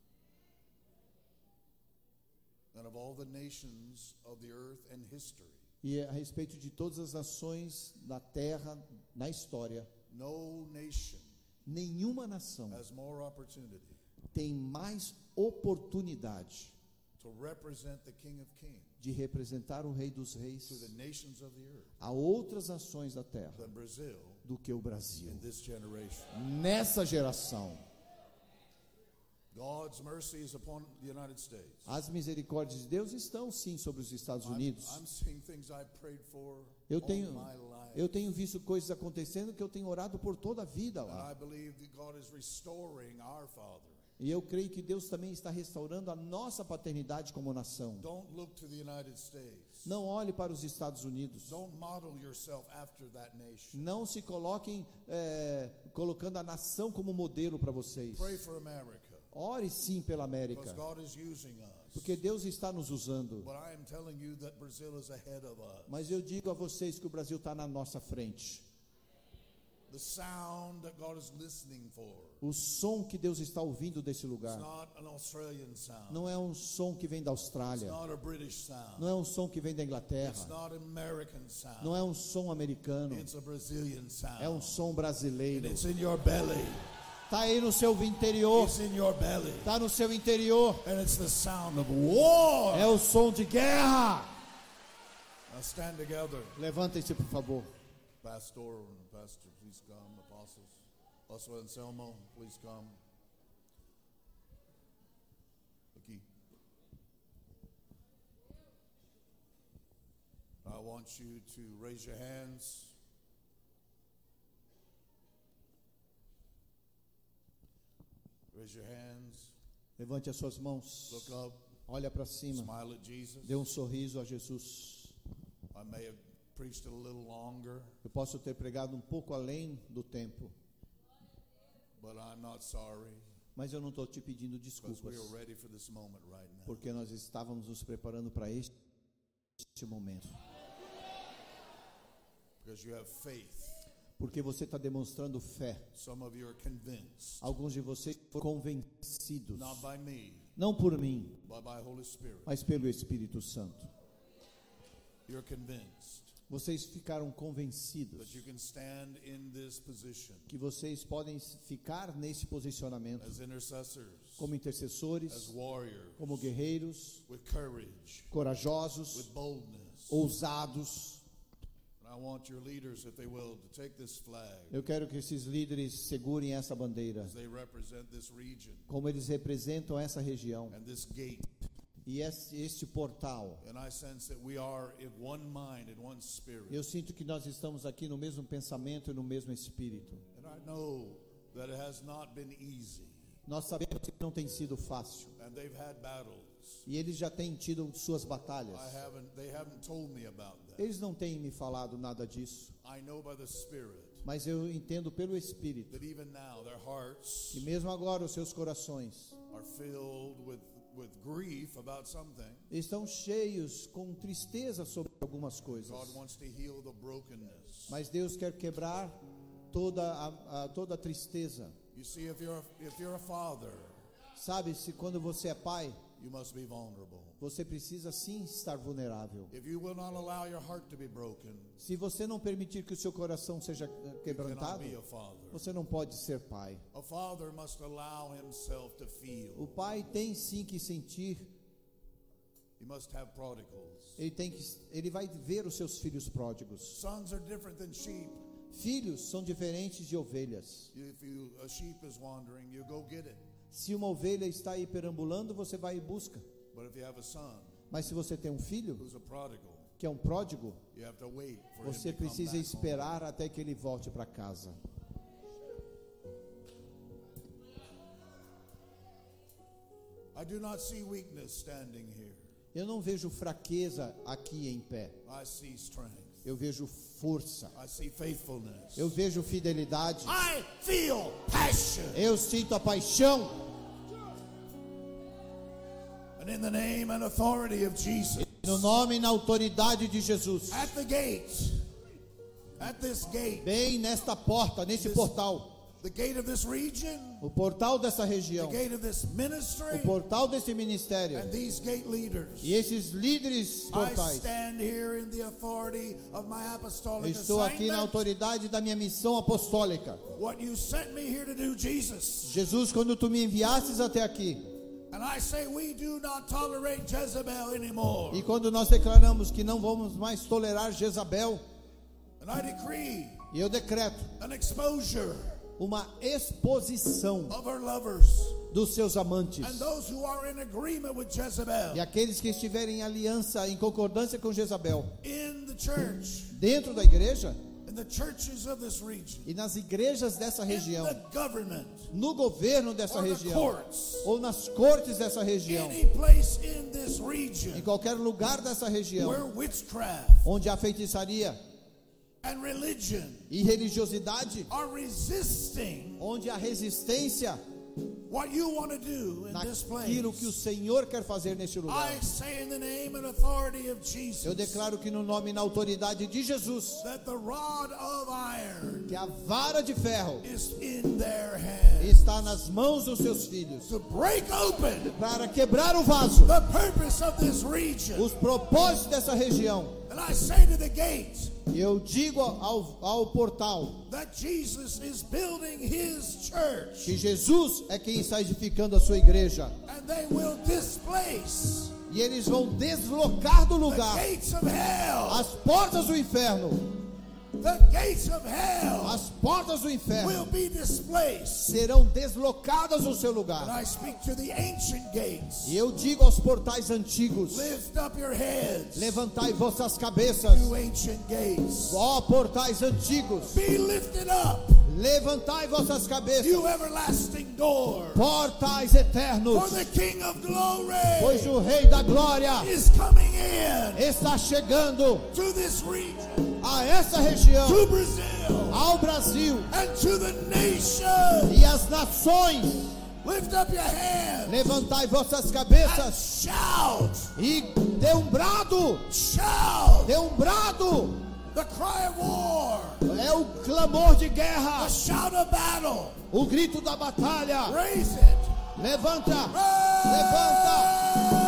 And of all the nations of the earth and history, E a respeito de todas as nações da terra, na história, no nation nenhuma nação has more opportunity tem mais oportunidade to represent the King of Kings de representar o Rei dos to Reis the nations of the earth a outras nações da terra than Brazil do que o Brasil. in this generation. Nessa geração, God's mercy is upon the United States. as misericórdias de Deus estão sim sobre os Estados I'm, Unidos. I'm seeing things I prayed for Eu all tenho, my life. eu tenho visto coisas acontecendo que eu tenho orado por toda a vida And lá. I believe that God is restoring our Father. E eu creio que Deus também está restaurando a nossa paternidade como nação. Don't look to the United States. Não olhe para os Estados Unidos. Don't model yourself after that nation. Não se coloquem é, colocando a nação como modelo para vocês. Pray for America, Ore sim pela because América, God is using us. porque Deus está nos usando. But I am telling you that Brazil is ahead of us. Mas eu digo a vocês que o Brasil está na nossa frente. The sound that God is listening for. O som que Deus está ouvindo desse It's lugar not an Australian sound. não é um som que vem da It's Austrália, not a British sound. não é um som que vem da It's Inglaterra, not an American sound. não é um som americano, It's a Brazilian sound. é um som And brasileiro. it's in your belly. Está aí no seu interior, It's in your belly. está no seu interior. And it's the sound of war. É o som de guerra. Now stand together. Levantem-se, por favor. Pastor and Pastor, please come. Apostles. Apostle Anselmo, please come. Aqui. I want you to raise your hands. Raise your hands. Levante as suas mãos. Look up. Olha para cima. Smile at Jesus. Dê um sorriso a Jesus. I may have preached it a little longer, Eu posso ter pregado um pouco além do tempo, but I'm not sorry mas eu não estou te pedindo because desculpas, we are ready for this moment right now. porque nós estávamos nos preparando para este momento. Because you have faith. Porque você está demonstrando fé. Some of you are convinced, Alguns de vocês foram convencidos, not by me, não por mim, but by Holy Spirit. mas pelo Espírito Santo. You're convinced Vocês ficaram that convencidos you can stand in this position que vocês podem ficar nesse posicionamento as intercessors, como as intercessores, warriors, como guerreiros, with courage, corajosos, with boldness. ousados. And I want your leaders, if they will, to take this flag Eu quero que esses líderes segurem essa bandeira, as they represent this region como eles representam essa região and this gate. e esse, este portal. And I sense that we are in one mind, in one spirit. Eu sinto que nós estamos aqui no mesmo pensamento e no mesmo espírito. And I know that it has not been easy. Nós sabemos que não tem sido fácil And they've had battles. e eles já têm tido suas batalhas. I haven't, they haven't told me about that. Eles não têm me falado nada disso, I know by the Spirit mas eu entendo pelo Espírito that even now their hearts que mesmo agora os seus corações are filled with, with grief about something. estão cheios com tristeza sobre algumas coisas. God wants to heal the brokenness. Mas Deus quer quebrar toda a, a toda a tristeza. You see, if you're a, if you're a father, Sabe, se quando você é pai, you must be vulnerable. você precisa sim estar vulnerável. If you will not allow your heart to be broken, Se você não permitir que o seu coração seja eh, you cannot quebrantado, be a father. você não pode ser pai. A father must allow himself to O feel. pai tem sim que sentir. He must have prodigals. Ele tem que, ele vai ver os seus filhos pródigos. Sons are different than sheep. Filhos são diferentes de ovelhas. If you, a sheep is wandering, you go get it. Se uma ovelha está aí perambulando, você vai e busca. But if you have a son Mas se você tem um filho who's a prodigal, que é um pródigo, you have to wait for você him to come precisa back esperar até que ele volte para casa. home. I do not see weakness standing here. Eu não vejo fraqueza aqui em pé. I see strength. Eu vejo força. I see faithfulness. Eu vejo fidelidade. I feel passion. Eu sinto a paixão. And in the name and authority of Jesus, No nome e na autoridade de Jesus. at the gate, at this gate, Bem nesta porta, nesse portal. the gate of this region, O portal dessa the região. gate of this O ministry, portal desse ministério. and these gate leaders. E esses líderes I portais. stand here in the authority of my Eu apostolic estou aqui na assignment. autoridade da minha missão apostólica. What you sent me here to do, Jesus. Jesus, quando tu me enviastes até aqui, And I say we do not tolerate Jezebel anymore. e quando nós declaramos que não vamos mais tolerar Jezabel, And I decree e eu decreto an exposure uma exposição of her lovers dos seus amantes. and those who are in agreement with Jezebel E aqueles que estiverem em aliança, em concordância com Jezabel, in the church, dentro da igreja in the churches of this region, e nas igrejas dessa in região, the government, no governo dessa or the região, courts, ou nas cortes dessa região, any place in this region em qualquer lugar dessa região, where witchcraft onde há feitiçaria and religion e religiosidade, are resisting onde há resistência what you want to do in this naquilo que o place. Senhor quer fazer neste lugar. I say in the name and authority of Jesus Eu declaro que no nome e na autoridade de Jesus, that the rod of iron que a vara de ferro is in their hand está nas mãos dos seus filhos, to break open para quebrar o vaso, the purpose of this region. os propósitos dessa região. And I say to the gate E eu digo ao, ao portal that Jesus is building his church, que Jesus é quem está edificando a sua igreja. and they will displace E eles vão deslocar do the lugar gates of hell. as portas do inferno. The gates of hell As portas do will inferno be displaced. serão deslocadas do seu And lugar. I speak to the ancient gates. E eu digo aos portais antigos: Lift up your heads, levantai vossas cabeças, you ancient gates. ó portais antigos, Be lifted up, levantai vossas cabeças, you everlasting door. portais For eternos, the King of pois glory o Rei da Glória is coming in está chegando to this region, a essa região, to Brazil, ao Brasil and to the nation. e às nações. Lift up your hands Levantai vossas and cabeças shout, e dê um brado, shout. dê um brado. The cry of war, É o clamor de guerra, a shout of battle. o grito da batalha. Raise it. Levanta, Raise levanta,